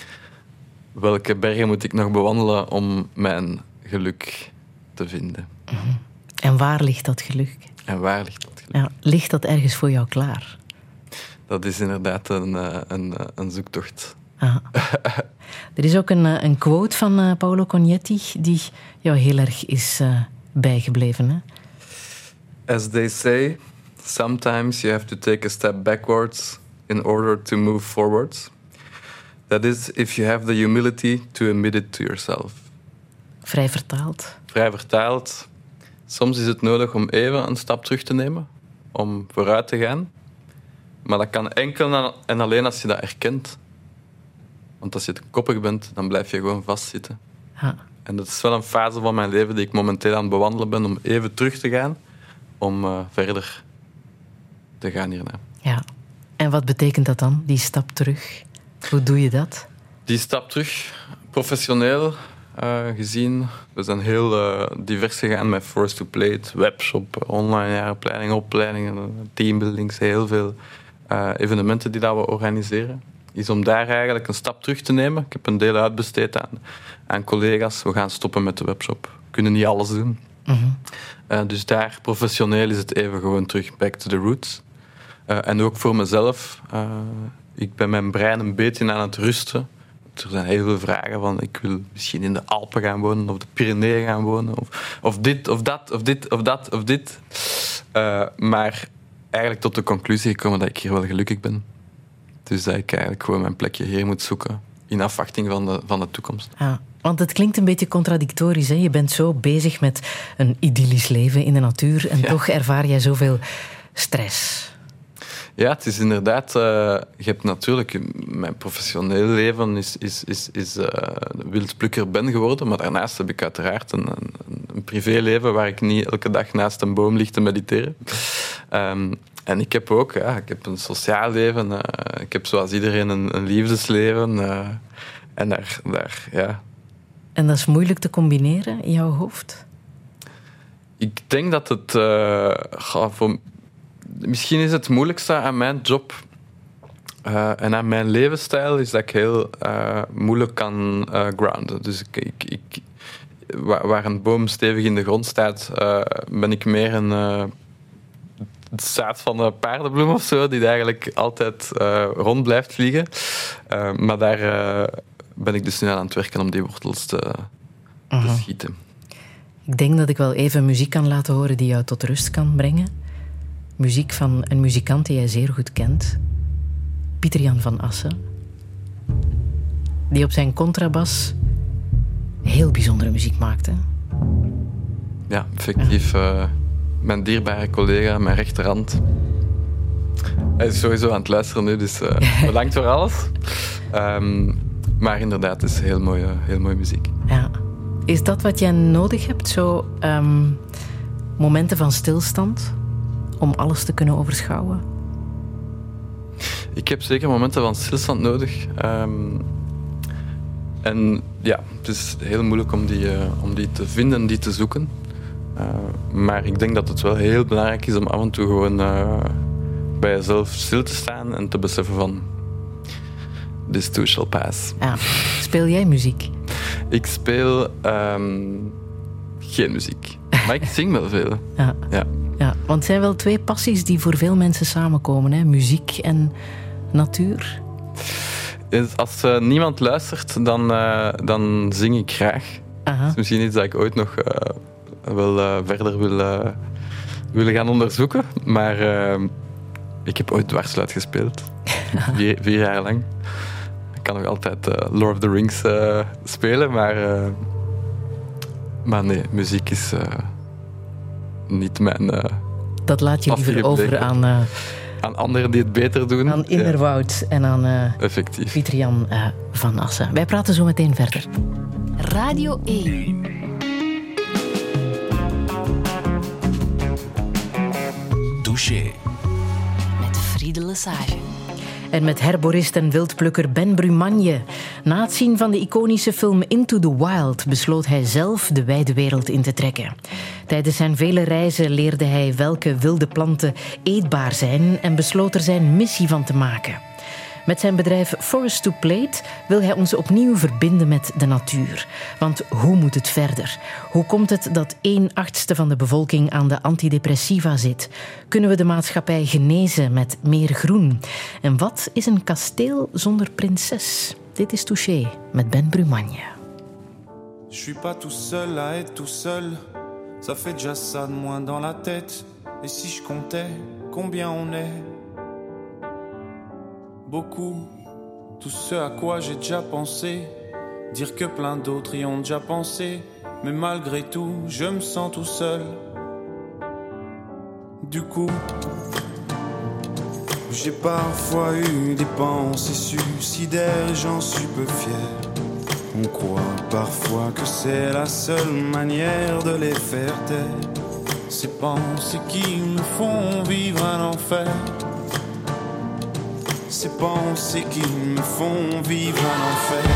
welke bergen moet ik nog bewandelen om mijn geluk te vinden? Mm-hmm. En waar ligt dat geluk? En waar ligt dat geluk? Ja, ligt dat ergens voor jou klaar? Dat is inderdaad een, een, een zoektocht. Aha. Er is ook een, een quote van uh, Paolo Cognetti die jou heel erg is uh, bijgebleven. Hè? As they say, sometimes you have to take a step backwards in order to move forwards. That is, if you have the humility to admit it to yourself. Vrij vertaald. Vrij vertaald. Soms is het nodig om even een stap terug te nemen, om vooruit te gaan. Maar dat kan enkel en alleen als je dat erkent. Want als je te koppig bent, dan blijf je gewoon vastzitten. Ha. En dat is wel een fase van mijn leven die ik momenteel aan het bewandelen ben, om even terug te gaan, om uh, verder te gaan hierna. Ja. En wat betekent dat dan, die stap terug? Hoe doe je dat? Die stap terug, professioneel uh, gezien. We zijn heel uh, divers gegaan met Force to Play, webshop, online jaaropleidingen, opleidingen, teambuildings, heel veel uh, evenementen die dat we organiseren. Is om daar eigenlijk een stap terug te nemen. Ik heb een deel uitbesteed aan, aan collega's. We gaan stoppen met de webshop. We kunnen niet alles doen. Mm-hmm. Uh, dus daar, professioneel, is het even gewoon terug back to the roots. Uh, en ook voor mezelf. Uh, ik ben mijn brein een beetje aan het rusten. Er zijn heel veel vragen van, ik wil misschien in de Alpen gaan wonen, of de Pyreneeën gaan wonen, of, of dit, of dat, of dit, of dat, of dit. Uh, maar eigenlijk tot de conclusie gekomen dat ik hier wel gelukkig ben. Dus dat ik eigenlijk gewoon mijn plekje hier moet zoeken, in afwachting van de, van de toekomst. Ja, want het klinkt een beetje contradictorisch, hè? Je bent zo bezig met een idyllisch leven in de natuur en ja. toch ervaar jij zoveel stress. Ja, het is inderdaad... Uh, je hebt natuurlijk... Mijn professioneel leven is, is, is, is uh, wildplukker ben geworden, maar daarnaast heb ik uiteraard een, een, een privéleven waar ik niet elke dag naast een boom lig te mediteren. Um, en ik heb ook... Ja, ik heb een sociaal leven. Uh, ik heb zoals iedereen een, een liefdesleven. Uh, en daar, daar... Ja. En dat is moeilijk te combineren in jouw hoofd? Ik denk dat het... Uh, voor, Misschien is het moeilijkste aan mijn job uh, en aan mijn levensstijl is dat ik heel uh, moeilijk kan uh, grounden. Dus ik, ik, ik, waar, waar een boom stevig in de grond staat, uh, ben ik meer een uh, zaad van een paardenbloem of zo, die eigenlijk altijd uh, rond blijft vliegen. Uh, maar daar uh, ben ik dus nu aan het werken om die wortels te, uh-huh. te schieten. Ik denk dat ik wel even muziek kan laten horen die jou tot rust kan brengen. Muziek van een muzikant die jij zeer goed kent. Pieter-Jan van Assen. Die op zijn contrabas heel bijzondere muziek maakte. Ja, effectief. Ja. Uh, mijn dierbare collega, mijn rechterhand. Hij is sowieso aan het luisteren nu, dus uh, bedankt voor alles. Um, maar inderdaad, het is heel mooie, heel mooie muziek. Ja. Is dat wat jij nodig hebt? Zo um, momenten van stilstand? Om alles te kunnen overschouwen? Ik heb zeker momenten van stilstand nodig. Um, en ja, het is heel moeilijk om die, uh, om die te vinden, die te zoeken. Uh, maar ik denk dat het wel heel belangrijk is om af en toe gewoon uh, bij jezelf stil te staan en te beseffen van... This too shall pass. Ja. Speel jij muziek? Ik speel um, geen muziek. Maar ik zing wel veel. Ja. Ja. Ja, want het zijn wel twee passies die voor veel mensen samenkomen, hè? Muziek en natuur. Als uh, niemand luistert, dan, uh, dan zing ik graag. Aha. Dat is misschien iets dat ik ooit nog uh, wel uh, verder wil, uh, wil gaan onderzoeken. Maar uh, ik heb ooit dwarsfluit gespeeld. vier, vier jaar lang. Ik kan nog altijd uh, Lord of the Rings uh, spelen, maar... Uh, maar nee, muziek is... Uh, niet mijn... Uh, dat laat je liever over aan... Uh, aan anderen die het beter doen. Aan Innerwoud ja. en aan uh, Effectief. Pieter-Jan uh, van Assen. Wij praten zo meteen verder. Radio één. Douché. Met Friede Lesage. En met herborist en wildplukker Ben Brumagne. Na het zien van de iconische film Into the Wild besloot hij zelf de wijde wereld in te trekken. Tijdens zijn vele reizen leerde hij welke wilde planten eetbaar zijn en besloot er zijn missie van te maken. Met zijn bedrijf Forest to Plate wil hij ons opnieuw verbinden met de natuur. Want hoe moet het verder? Hoe komt het dat een achtste van de bevolking aan de antidepressiva zit? Kunnen we de maatschappij genezen met meer groen? En wat is een kasteel zonder prinses? Dit is Touché met Ben Brumagne. Je suis pas tout seul à être tout seul. Ça fait déjà ça de moins dans la tête. Et si je comptais combien on est? Beaucoup, tout ce à quoi j'ai déjà pensé. Dire que plein d'autres y ont déjà pensé. Mais malgré tout, je me sens tout seul. Du coup, j'ai parfois eu des pensées suicidaires et j'en suis peu fier. On croit parfois que c'est la seule manière de les faire taire. Ces pensées qui me font vivre un enfer. Ces pensées qui me font vivre un enfer.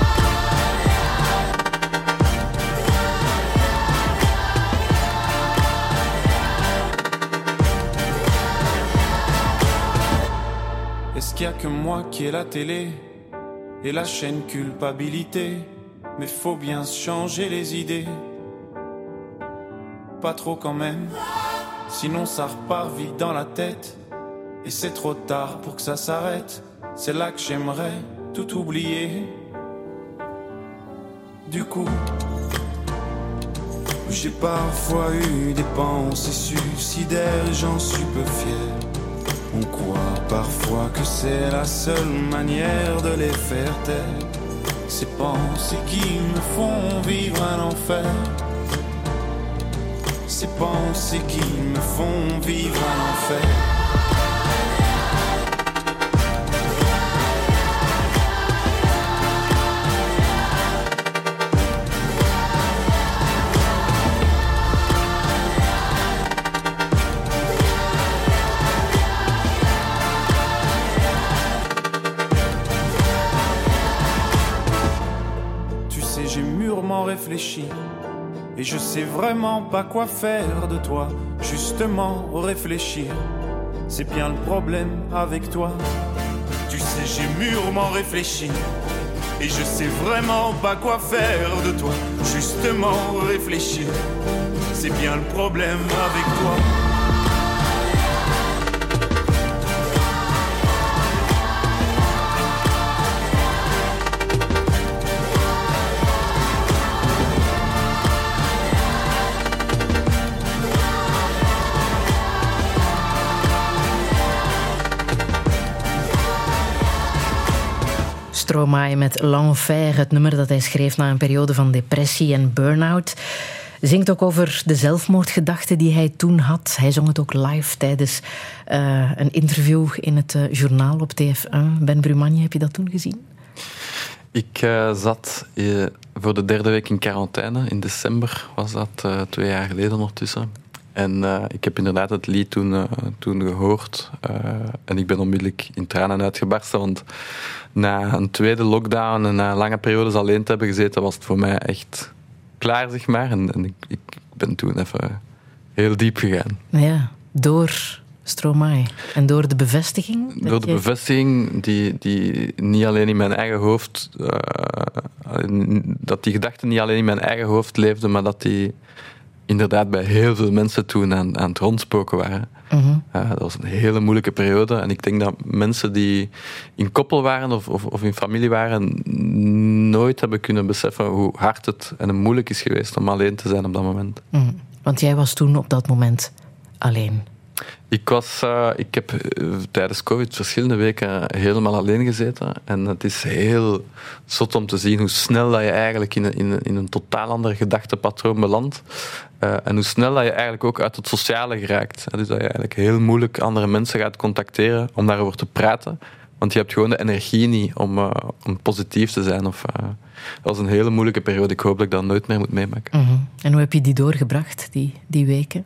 Est-ce qu'il y a que moi qui ai la télé et la chaîne culpabilité? Mais faut bien se changer les idées. pas trop quand même. Sinon ça repart vite dans la tête. Et c'est trop tard pour que ça s'arrête. C'est là que j'aimerais tout oublier. Du coup, j'ai parfois eu des pensées suicidaires et j'en suis peu fier. On croit parfois que c'est la seule manière de les faire taire. Ces pensées qui me font vivre un enfer. Ces pensées qui me font vivre un enfer. Réfléchir et je sais vraiment pas quoi faire de toi. Justement réfléchir, c'est bien le problème avec toi. Tu sais j'ai mûrement réfléchi et je sais vraiment pas quoi faire de toi. Justement réfléchir, c'est bien le problème avec toi. Stromae met L'Enfer, het nummer dat hij schreef na een periode van depressie en burn-out. Zingt ook over de zelfmoordgedachten die hij toen had. Hij zong het ook live tijdens uh, een interview in het uh, journaal op T F één. Ben Brumagne, heb je dat toen gezien? Ik uh, zat uh, voor de derde week in quarantaine. In december was dat, uh, twee jaar geleden ondertussen. En uh, ik heb inderdaad het lied toen, uh, toen gehoord. Uh, en ik ben onmiddellijk in tranen uitgebarsten. Want na een tweede lockdown en na lange periodes alleen te hebben gezeten, was het voor mij echt klaar, zeg maar. En, en ik, ik ben toen even heel diep gegaan. Ja, door Stromae. En door de bevestiging? Door de je... bevestiging die, die niet alleen in mijn eigen hoofd... Uh, dat die gedachten niet alleen in mijn eigen hoofd leefden, maar dat die inderdaad bij heel veel mensen toen aan, aan het rondspoken waren. Mm-hmm. Uh, dat was een hele moeilijke periode. En ik denk dat mensen die in koppel waren of, of, of in familie waren, nooit hebben kunnen beseffen hoe hard het en moeilijk is geweest om alleen te zijn op dat moment. Mm. Want jij was toen op dat moment alleen. Ik, was, uh, ik heb uh, tijdens COVID verschillende weken helemaal alleen gezeten. En het is heel zot om te zien hoe snel dat je eigenlijk in een, in een, in een totaal ander gedachtepatroon belandt. Uh, en hoe snel dat je eigenlijk ook uit het sociale geraakt. Dus dat je eigenlijk heel moeilijk andere mensen gaat contacteren om daarover te praten. Want je hebt gewoon de energie niet om, uh, om positief te zijn. Of, uh, dat was een hele moeilijke periode. Ik hoop dat ik dat nooit meer moet meemaken. Mm-hmm. En hoe heb je die doorgebracht, die, die weken?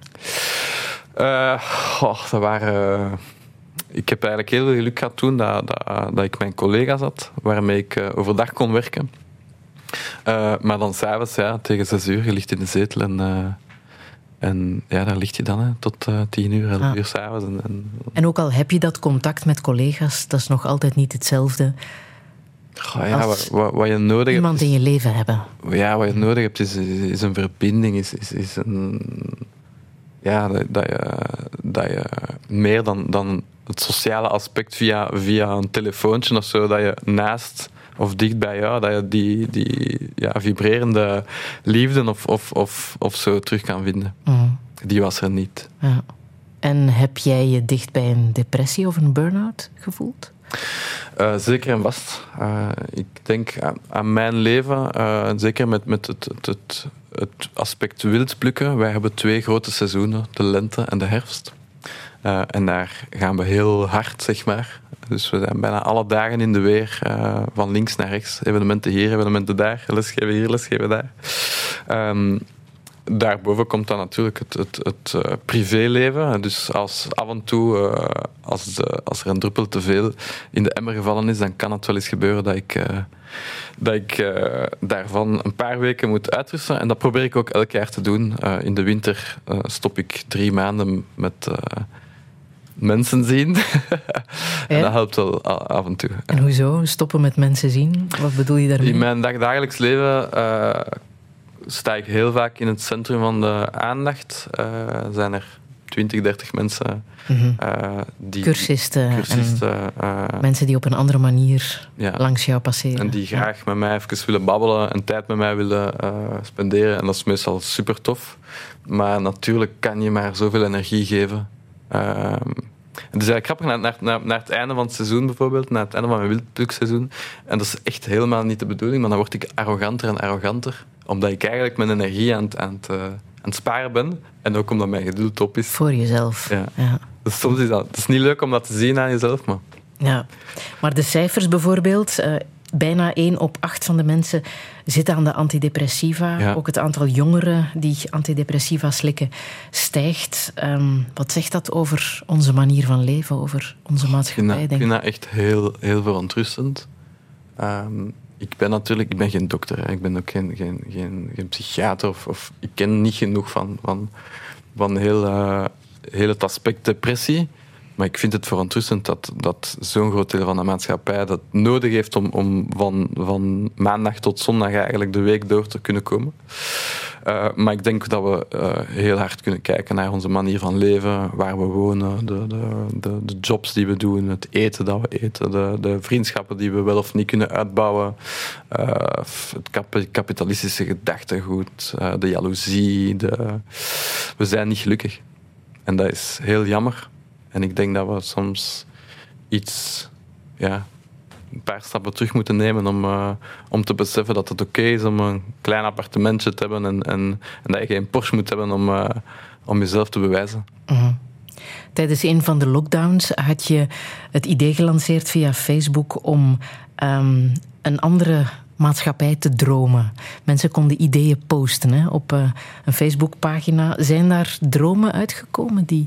Uh, oh, dat waren... Uh, ik heb eigenlijk heel veel geluk gehad toen dat, dat, dat ik mijn collega's had, waarmee ik uh, overdag kon werken. Uh, maar dan s'avonds, ja, tegen zes uur, je ligt in de zetel en... Uh, En ja, daar ligt je dan hè, tot uh, tien uur, elf ah. uur s'avonds. En, en... en ook al heb je dat contact met collega's, dat is nog altijd niet hetzelfde. Goh, ja, wat, wat, wat je nodig iemand hebt, in je leven hebben. Ja, wat je nodig hebt is, is, is een verbinding, is, is, is een... Ja, dat, dat, je, dat je meer dan, dan het sociale aspect via, via een telefoontje of zo, dat je naast... of dicht bij jou, dat je die, die ja, vibrerende liefde of, of, of, of zo terug kan vinden. Mm. Die was er niet. Ja. En heb jij je dicht bij een depressie of een burn-out gevoeld? Uh, zeker en vast. Uh, ik denk aan, aan mijn leven, uh, zeker met, met het, het, het, het aspect wild plukken. Wij hebben twee grote seizoenen, de lente en de herfst. Uh, en daar gaan we heel hard, zeg maar. Dus we zijn bijna alle dagen in de weer, uh, van links naar rechts. Evenementen hier, evenementen daar. Lesgeven hier, lesgeven daar. Um, daarboven komt dan natuurlijk het, het, het uh, privéleven. Dus als af en toe, uh, als, de, als er een druppel te veel in de emmer gevallen is, dan kan het wel eens gebeuren dat ik, uh, dat ik uh, daarvan een paar weken moet uitrusten. En dat probeer ik ook elk jaar te doen. Uh, in de winter uh, stop ik drie maanden met... Uh, mensen zien. En ja? Dat helpt wel af en toe. En hoezo? Stoppen met mensen zien? Wat bedoel je daarmee? In mijn dagdagelijks leven uh, sta ik heel vaak in het centrum van de aandacht. Uh, zijn er twintig, dertig mensen mm-hmm. uh, die... Cursisten, cursisten en uh, mensen die op een andere manier ja, langs jou passeren. En die graag ja. met mij even willen babbelen en tijd met mij willen uh, spenderen. En dat is meestal super tof. Maar natuurlijk kan je maar zoveel energie geven. Uh, Het is eigenlijk grappig, naar, naar, naar het einde van het seizoen bijvoorbeeld, naar het einde van mijn wildplukseizoen. En dat is echt helemaal niet de bedoeling, maar dan word ik arroganter en arroganter. Omdat ik eigenlijk mijn energie aan het, aan het, uh, aan het sparen ben. En ook omdat mijn geduld op is. Voor jezelf. Ja. Ja. Dus soms is dat... Het is niet leuk om dat te zien aan jezelf, maar... Ja, maar de cijfers bijvoorbeeld... Uh, bijna één op acht van de mensen zit aan de antidepressiva. Ja. Ook het aantal jongeren die antidepressiva slikken stijgt. Um, wat zegt dat over onze manier van leven, over onze maatschappij? Ik vind dat, ik vind dat echt heel, heel verontrustend. Um, ik ben natuurlijk ik ben geen dokter. Hè. Ik ben ook geen, geen, geen, geen psychiater. Of, of, ik ken niet genoeg van, van, van heel, uh, heel het aspect depressie. Maar ik vind het verontrustend dat, dat zo'n groot deel van de maatschappij dat nodig heeft om, om van, van maandag tot zondag eigenlijk de week door te kunnen komen. Uh, maar ik denk dat we uh, heel hard kunnen kijken naar onze manier van leven, waar we wonen, de, de, de, de jobs die we doen, het eten dat we eten, de, de vriendschappen die we wel of niet kunnen uitbouwen, uh, het kap- kapitalistische gedachtegoed, uh, de jaloezie. De... We zijn niet gelukkig. En dat is heel jammer. En ik denk dat we soms iets, ja, een paar stappen terug moeten nemen om, uh, om te beseffen dat het oké is om een klein appartementje te hebben en, en, en dat je geen Porsche moet hebben om, uh, om jezelf te bewijzen. Mm-hmm. Tijdens een van de lockdowns had je het idee gelanceerd via Facebook om um, een andere maatschappij te dromen. Mensen konden ideeën posten hè, op uh, een Facebookpagina. Zijn daar dromen uitgekomen die...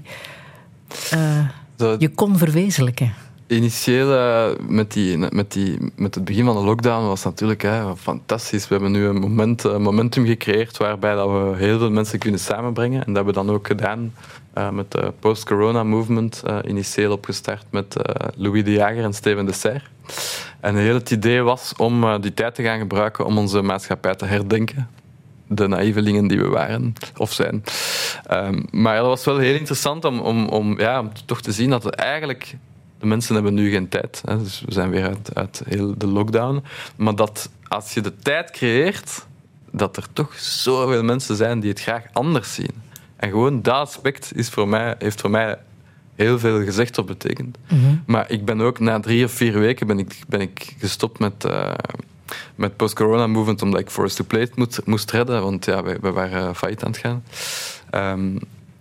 Uh, Zo, je kon verwezenlijken? Initieel, uh, met, die, met, die, met het begin van de lockdown was natuurlijk hè, fantastisch. We hebben nu een moment, uh, momentum gecreëerd waarbij dat we heel veel mensen kunnen samenbrengen. En dat hebben we dan ook gedaan uh, met de post-corona movement. Uh, initieel opgestart met uh, Louis de Jager en Steven de Serre. En heel het idee was om uh, die tijd te gaan gebruiken om onze maatschappij te herdenken. De naïvelingen die we waren, of zijn. Um, maar ja, dat was wel heel interessant om, om, om, ja, om toch te zien dat het eigenlijk... De mensen hebben nu geen tijd. Hè, dus we zijn weer uit, uit heel de lockdown. Maar dat als je de tijd creëert, dat er toch zoveel mensen zijn die het graag anders zien. En gewoon dat aspect is voor mij, heeft voor mij heel veel gezegd of betekend. Mm-hmm. Maar ik ben ook na drie of vier weken ben ik, ben ik gestopt met... Uh, met post-corona movement, omdat ik Forest to Play moest, moest redden, want ja, we, we waren failliet aan het gaan. Um,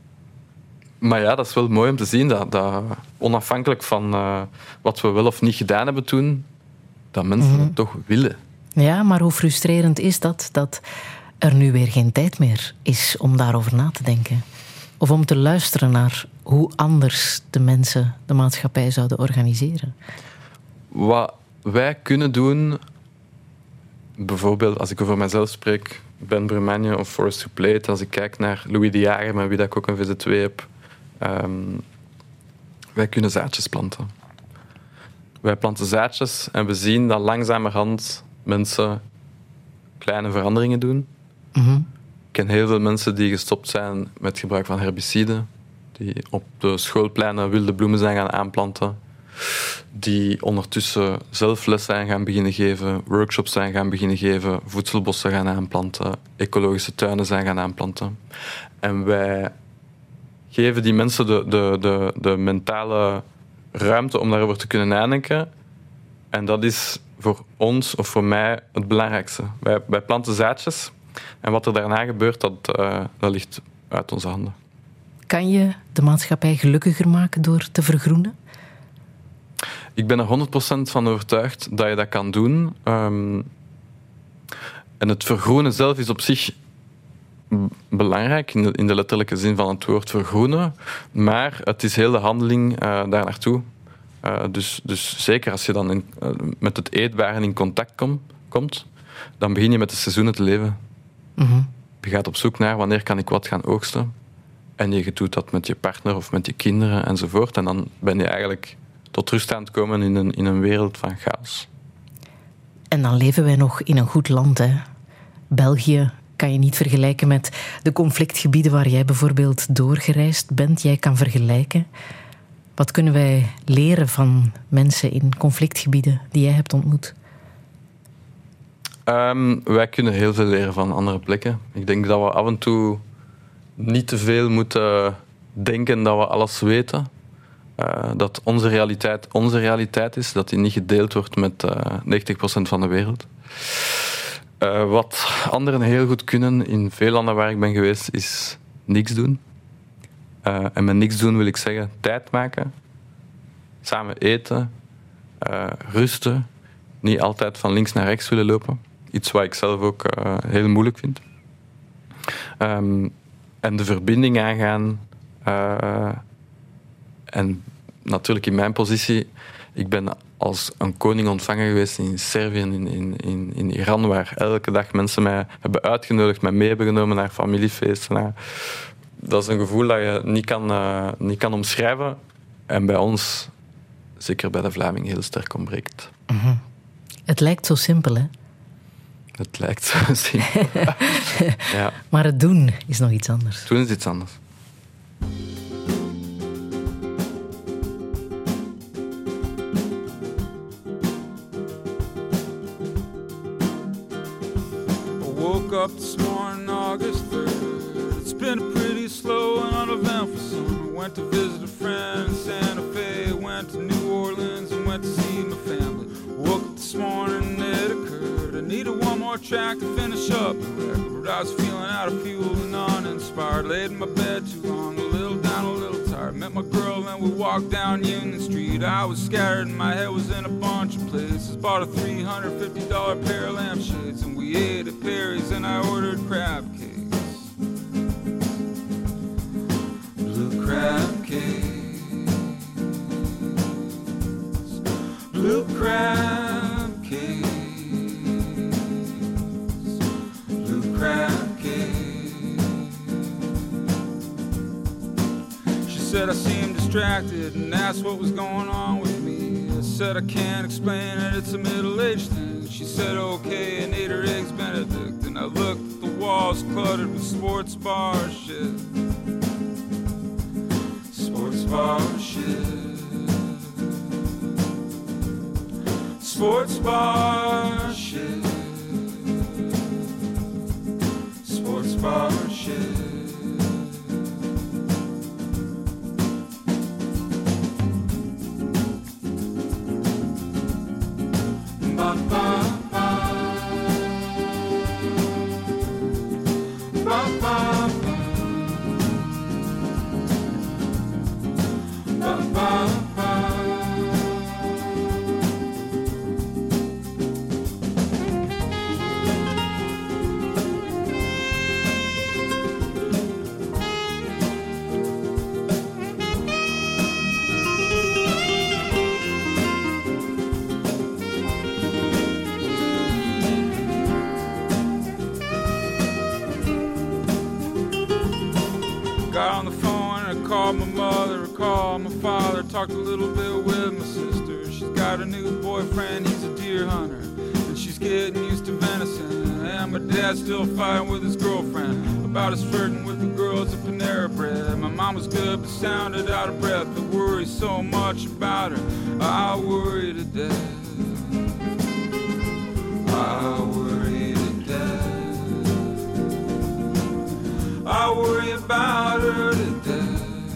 maar ja, dat is wel mooi om te zien dat, dat onafhankelijk van uh, wat we wel of niet gedaan hebben toen, dat mensen mm-hmm. het toch willen. Ja, maar hoe frustrerend is dat, dat er nu weer geen tijd meer is om daarover na te denken? Of om te luisteren naar hoe anders de mensen de maatschappij zouden organiseren? Wat wij kunnen doen... Bijvoorbeeld, als ik over mezelf spreek, Ben Bremagne of Forest to Play, als ik kijk naar Louis de Jager, met wie dat ik ook een V Z twee heb, um, wij kunnen zaadjes planten. Wij planten zaadjes en we zien dat langzamerhand mensen kleine veranderingen doen. Mm-hmm. Ik ken heel veel mensen die gestopt zijn met het gebruik van herbiciden, die op de schoolpleinen wilde bloemen zijn gaan aanplanten, die ondertussen zelf les zijn gaan beginnen geven, workshops zijn gaan beginnen geven, voedselbossen gaan aanplanten, ecologische tuinen zijn gaan aanplanten. En wij geven die mensen de, de, de, de mentale ruimte om daarover te kunnen nadenken. En dat is voor ons, of voor mij, het belangrijkste. Wij, wij planten zaadjes en wat er daarna gebeurt, dat, uh, dat ligt uit onze handen. Kan je de maatschappij gelukkiger maken door te vergroenen? Ik ben er honderd procent van overtuigd dat je dat kan doen. Um, en het vergroenen zelf is op zich belangrijk, in de, in de letterlijke zin van het woord vergroenen. Maar het is heel de handeling uh, daar naartoe. Uh, dus, dus zeker als je dan in, uh, met het eetbare in contact kom, komt, dan begin je met de seizoenen te leven. Mm-hmm. Je gaat op zoek naar wanneer kan ik wat gaan oogsten. En je doet dat met je partner of met je kinderen enzovoort. En dan ben je eigenlijk... tot rust aan het komen in een, in een wereld van chaos. En dan leven wij nog in een goed land, hè? België kan je niet vergelijken met de conflictgebieden waar jij bijvoorbeeld doorgereisd bent. Jij kan vergelijken. Wat kunnen wij leren van mensen in conflictgebieden die jij hebt ontmoet? Um, wij kunnen heel veel leren van andere plekken. Ik denk dat we af en toe niet te veel moeten denken dat we alles weten. Uh, dat onze realiteit onze realiteit is, dat die niet gedeeld wordt met uh, negentig procent van de wereld. Uh, wat anderen heel goed kunnen in veel landen waar ik ben geweest, is niks doen. Uh, en met niks doen wil ik zeggen tijd maken, samen eten, uh, rusten, niet altijd van links naar rechts willen lopen. Iets wat ik zelf ook uh, heel moeilijk vind. Um, en de verbinding aangaan. Uh, en natuurlijk in mijn positie, ik ben als een koning ontvangen geweest in Servië en in, in, in, in Iran, waar elke dag mensen mij hebben uitgenodigd, mij mee hebben genomen naar familiefeesten. Naar... Dat is een gevoel dat je niet kan, uh, niet kan omschrijven. En bij ons, zeker bij de Vlamingen, heel sterk ontbreekt. Mm-hmm. Het lijkt zo simpel, hè? Het lijkt zo simpel. Ja. Maar het doen is nog iets anders. Het doen is iets anders. Up this morning, August third. It's been a pretty slow and uneventful summer. Went to visit a friend in Santa Fe. Went to New Orleans and went to see my family. Woke up this morning and it occurred. I needed one more track to finish up the record. I was feeling out of fuel and uninspired. Laid in my bed too long, a little down, a little tired. Met my girl and we walked down Union Street. I was scattered and my head was in a bunch of places. Bought a three hundred fifty dollars pair of lampshades and we ate at Perry's and I ordered crab cakes. Blue crab cakes. Blue crab cakes. Blue crab cakes. She said I seemed distracted and asked what was going on with me. I said I can't explain it, it's a middle-aged thing. She said okay and ate her eggs Benedict. And I looked at the walls cluttered with sports bar shit. Sports bar shit. Sports bar shit. Sports bar shit. Ba ba. Talked a little bit with my sister. She's got a new boyfriend, he's a deer hunter, and she's getting used to venison. And my dad's still fighting with his girlfriend about his flirting with the girls at Panera Bread. My mom was good but sounded out of breath. I worry so much about her, I worry to death. I worry to death. I worry about her to death.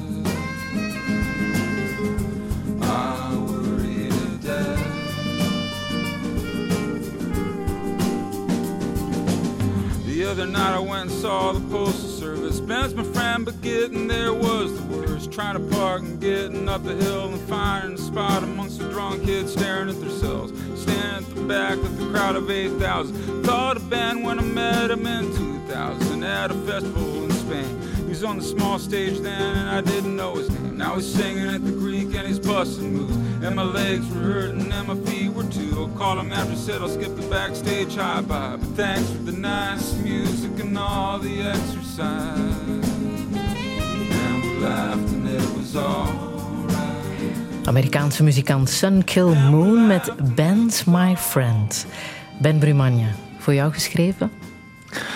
The other night I went and saw the Postal Service. Ben's my friend, but getting there was the worst. Trying to park and getting up the hill and finding a spot amongst the drunk kids staring at themselves. Standing at the back of the crowd of eight thousand. Thought of Ben when I met him in two thousand at a festival in Spain. He was on the small stage then and I didn't know his name. Now he's singing at the Greek and he's busting moves. And my legs were hurting and my feet were too. I called him after, said I'll skip the backstage high bye. But thanks for the nice music and all the exercise. And we laughed and it was alright. Amerikaanse muzikant Sun Kill Moon met Ben's My Friend. Ben Brumanja, voor jou geschreven?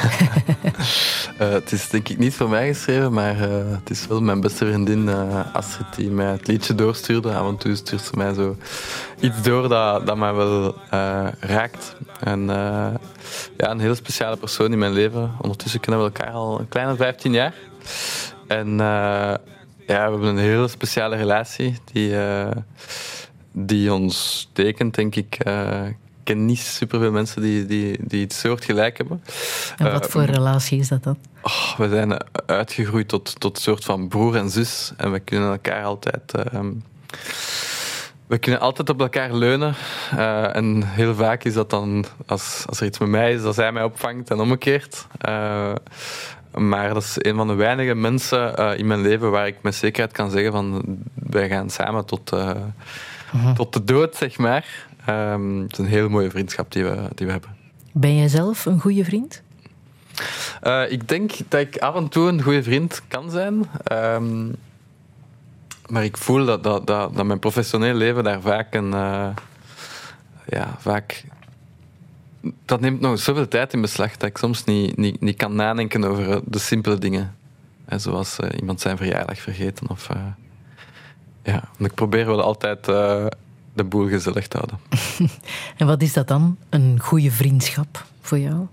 uh, het is denk ik niet voor mij geschreven, maar uh, het is wel mijn beste vriendin uh, Astrid die mij het liedje doorstuurde. Af en toe stuurt ze mij zo iets door dat, dat mij wel uh, raakt. En uh, ja, een hele speciale persoon in mijn leven. Ondertussen kennen we elkaar al een kleine vijftien jaar. En uh, ja, we hebben een hele speciale relatie die, uh, die ons tekent, denk ik. Uh, Ik ken niet superveel mensen die, die, die iets soortgelijk hebben. En wat voor uh, relatie is dat dan? Oh, we zijn uitgegroeid tot, tot een soort van broer en zus. En we kunnen elkaar altijd... Uh, we kunnen altijd op elkaar leunen. Uh, en heel vaak is dat dan... Als, als er iets met mij is, dat zij mij opvangt en omgekeerd. Uh, maar dat is een van de weinige mensen uh, in mijn leven waar ik met zekerheid kan zeggen van... Wij gaan samen tot, uh, uh-huh. tot de dood, zeg maar. Um, het is een heel mooie vriendschap die we, die we hebben. Ben jij zelf een goede vriend? Uh, ik denk dat ik af en toe een goede vriend kan zijn. Um, maar ik voel dat, dat, dat, dat mijn professioneel leven daar vaak een... Uh, ja, vaak... Dat neemt nog zoveel tijd in beslag dat ik soms niet, niet, niet kan nadenken over de simpele dingen. Uh, zoals uh, iemand zijn verjaardag vergeten. Of, uh, ja, ik probeer wel altijd... Uh, de boel gezellig te houden. En wat is dat dan? Een goede vriendschap voor jou?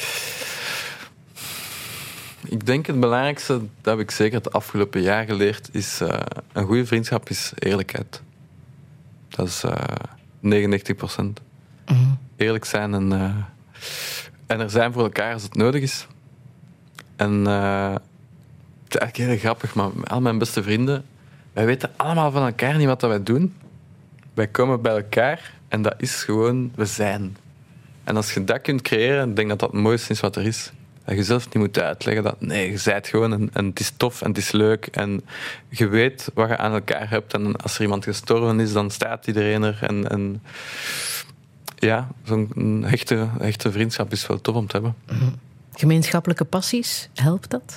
Ik denk het belangrijkste, dat heb ik zeker het afgelopen jaar geleerd, is uh, een goede vriendschap is eerlijkheid. Dat is uh, negenennegentig procent. Mm-hmm. Eerlijk zijn en, uh, en er zijn voor elkaar als het nodig is. En uh, het is eigenlijk heel grappig, maar al mijn beste vrienden, wij weten allemaal van elkaar niet wat wij doen. Wij komen bij elkaar en dat is gewoon, we zijn. En als je dat kunt creëren, ik denk dat dat het mooiste is wat er is. Dat je zelf niet moet uitleggen dat, nee, je zijt gewoon en, en het is tof en het is leuk. En je weet wat je aan elkaar hebt. En als er iemand gestorven is, dan staat iedereen er. En, en ja, zo'n hechte, hechte vriendschap is wel tof om te hebben. Gemeenschappelijke passies, helpt dat?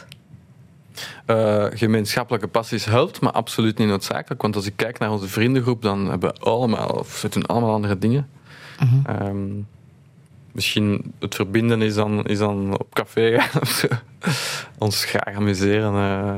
Uh, gemeenschappelijke passies helpt, maar absoluut niet noodzakelijk. Want als ik kijk naar onze vriendengroep, dan hebben we allemaal, of we doen allemaal andere dingen. Uh-huh. Um, misschien het verbinden is dan, is dan op café gaan of zo. Ons graag amuseren. Uh.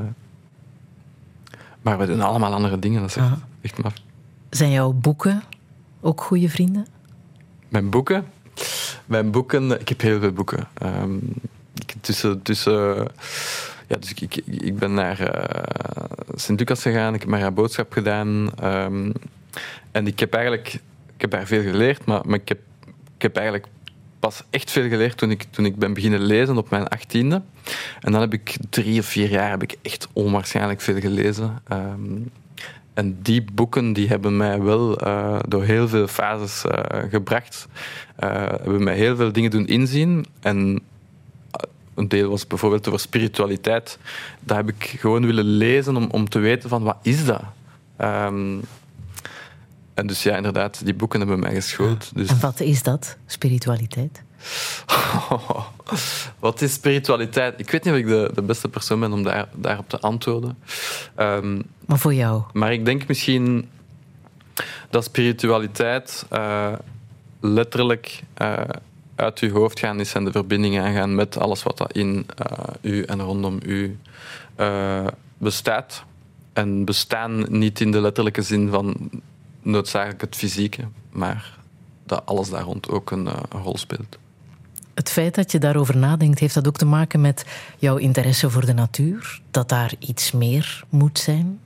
Maar we doen allemaal andere dingen. Dat is echt, uh-huh. echt maf. Zijn jouw boeken ook goede vrienden? Mijn boeken? Mijn boeken... Ik heb heel veel boeken. Um, ik, tussen... tussen Ja, dus ik, ik, ik ben naar uh, Sint-Lucas gegaan, ik heb maar een boodschap gedaan. Um, en ik heb eigenlijk... Ik heb daar veel geleerd, maar, maar ik, heb, ik heb eigenlijk pas echt veel geleerd toen ik, toen ik ben beginnen lezen op mijn achttiende. En dan heb ik drie of vier jaar heb ik echt onwaarschijnlijk veel gelezen. Um, en die boeken die hebben mij wel uh, door heel veel fases uh, gebracht. Uh, hebben mij heel veel dingen doen inzien. En een deel was bijvoorbeeld over spiritualiteit. Dat heb ik gewoon willen lezen om, om te weten van wat is dat? Um, en dus ja, inderdaad, die boeken hebben mij geschoold. Dus... En wat is dat, spiritualiteit? Oh, wat is spiritualiteit? Ik weet niet of ik de, de beste persoon ben om daar, daarop te antwoorden. Um, maar voor jou? Maar ik denk misschien dat spiritualiteit uh, letterlijk... Uh, uit uw hoofd gaan is en de verbinding aangaan met alles wat dat in uh, u en rondom u uh, bestaat. En bestaan niet in de letterlijke zin van noodzakelijk het fysieke, maar dat alles daar rond ook een, uh, een rol speelt. Het feit dat je daarover nadenkt, heeft dat ook te maken met jouw interesse voor de natuur? Dat daar iets meer moet zijn?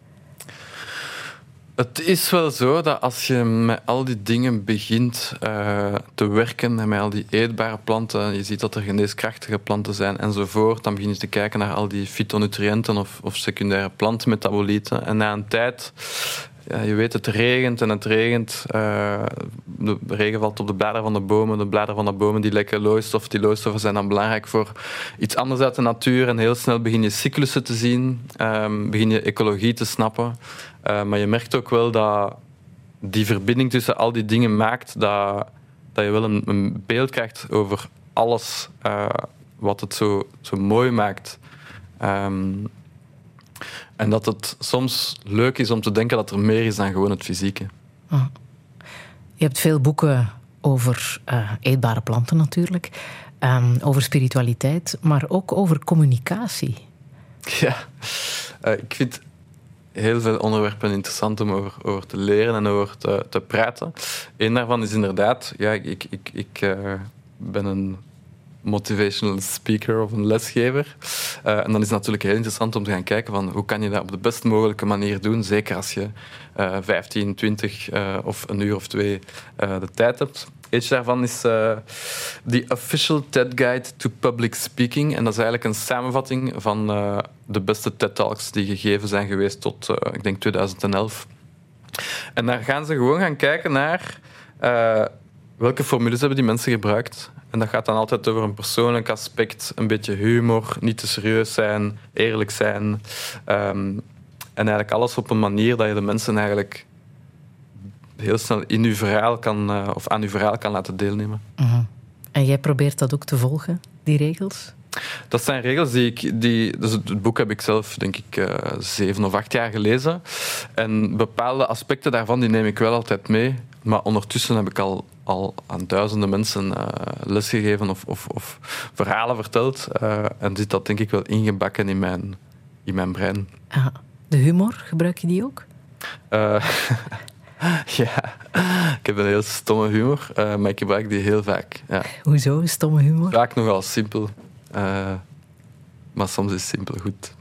Het is wel zo dat als je met al die dingen begint uh, te werken en met al die eetbare planten, je ziet dat er geneeskrachtige planten zijn enzovoort, dan begin je te kijken naar al die fytonutriënten of, of secundaire plantmetabolieten. En na een tijd, ja, je weet, het regent en het regent. Uh, de regen valt op de bladeren van de bomen. De bladeren van de bomen die lekken looistof. Die looistoffen zijn dan belangrijk voor iets anders uit de natuur. En heel snel begin je cyclussen te zien. Um, begin je ecologie te snappen. Uh, maar je merkt ook wel dat die verbinding tussen al die dingen maakt dat, dat je wel een, een beeld krijgt over alles uh, wat het zo, zo mooi maakt. Um, en dat het soms leuk is om te denken dat er meer is dan gewoon het fysieke. Oh. Je hebt veel boeken over uh, eetbare planten natuurlijk. Um, over spiritualiteit, maar ook over communicatie. Ja, uh, ik vind heel veel onderwerpen interessant om over, over te leren en over te, te praten. Eén daarvan is inderdaad, ja, ik, ik, ik uh, ben een motivational speaker of een lesgever. Uh, en dan is het natuurlijk heel interessant om te gaan kijken van hoe kan je dat op de best mogelijke manier doen, zeker als je uh, vijftien, twintig uh, of een uur of twee uh, de tijd hebt. Eentje daarvan is uh, The Official TED Guide to Public Speaking. En dat is eigenlijk een samenvatting van uh, de beste TED-talks die gegeven zijn geweest tot, uh, ik denk, twintig elf. En daar gaan ze gewoon gaan kijken naar uh, welke formules hebben die mensen gebruikt. En dat gaat dan altijd over een persoonlijk aspect, een beetje humor, niet te serieus zijn, eerlijk zijn. Um, en eigenlijk alles op een manier dat je de mensen eigenlijk heel snel in uw verhaal kan, uh, of aan uw verhaal kan laten deelnemen. Uh-huh. En jij probeert dat ook te volgen, die regels? Dat zijn regels die ik... Die, dus het boek heb ik zelf, denk ik, uh, zeven of acht jaar gelezen. En bepaalde aspecten daarvan die neem ik wel altijd mee. Maar ondertussen heb ik al, al aan duizenden mensen uh, lesgegeven of, of, of verhalen verteld. Uh, en zit dat denk ik wel ingebakken in mijn, in mijn brein. Ah, de humor, gebruik je die ook? Uh, ja, ik heb een heel stomme humor, uh, maar ik gebruik die heel vaak. Ja. Hoezo, stomme humor? Vaak nogal simpel. Uh, maar soms is simpel goed.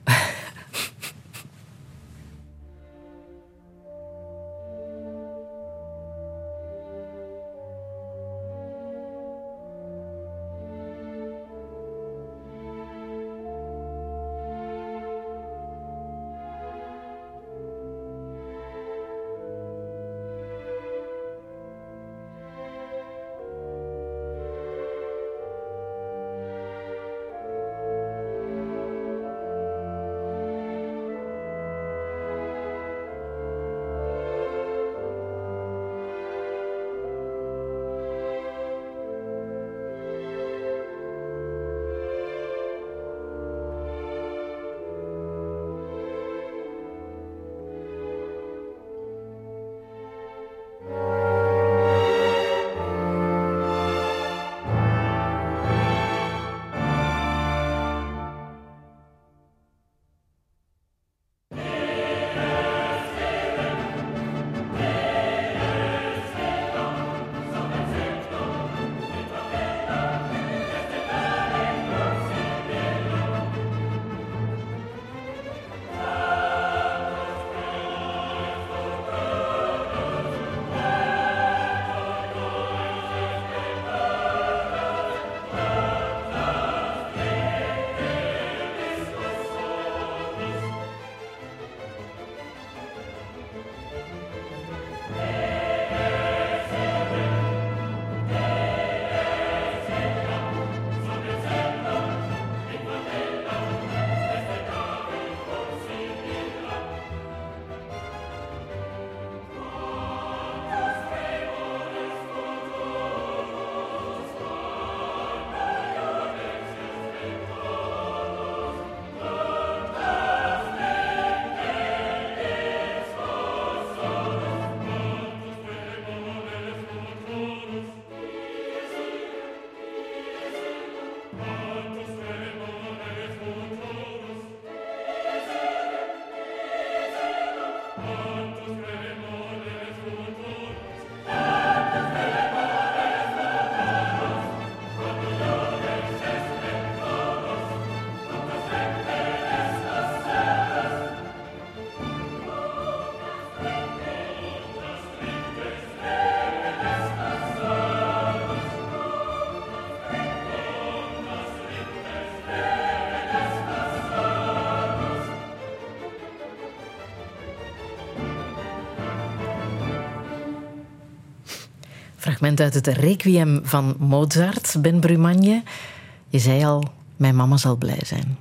Fragment uit het Requiem van Mozart, Ben Brumagne. Je zei al, mijn mama zal blij zijn.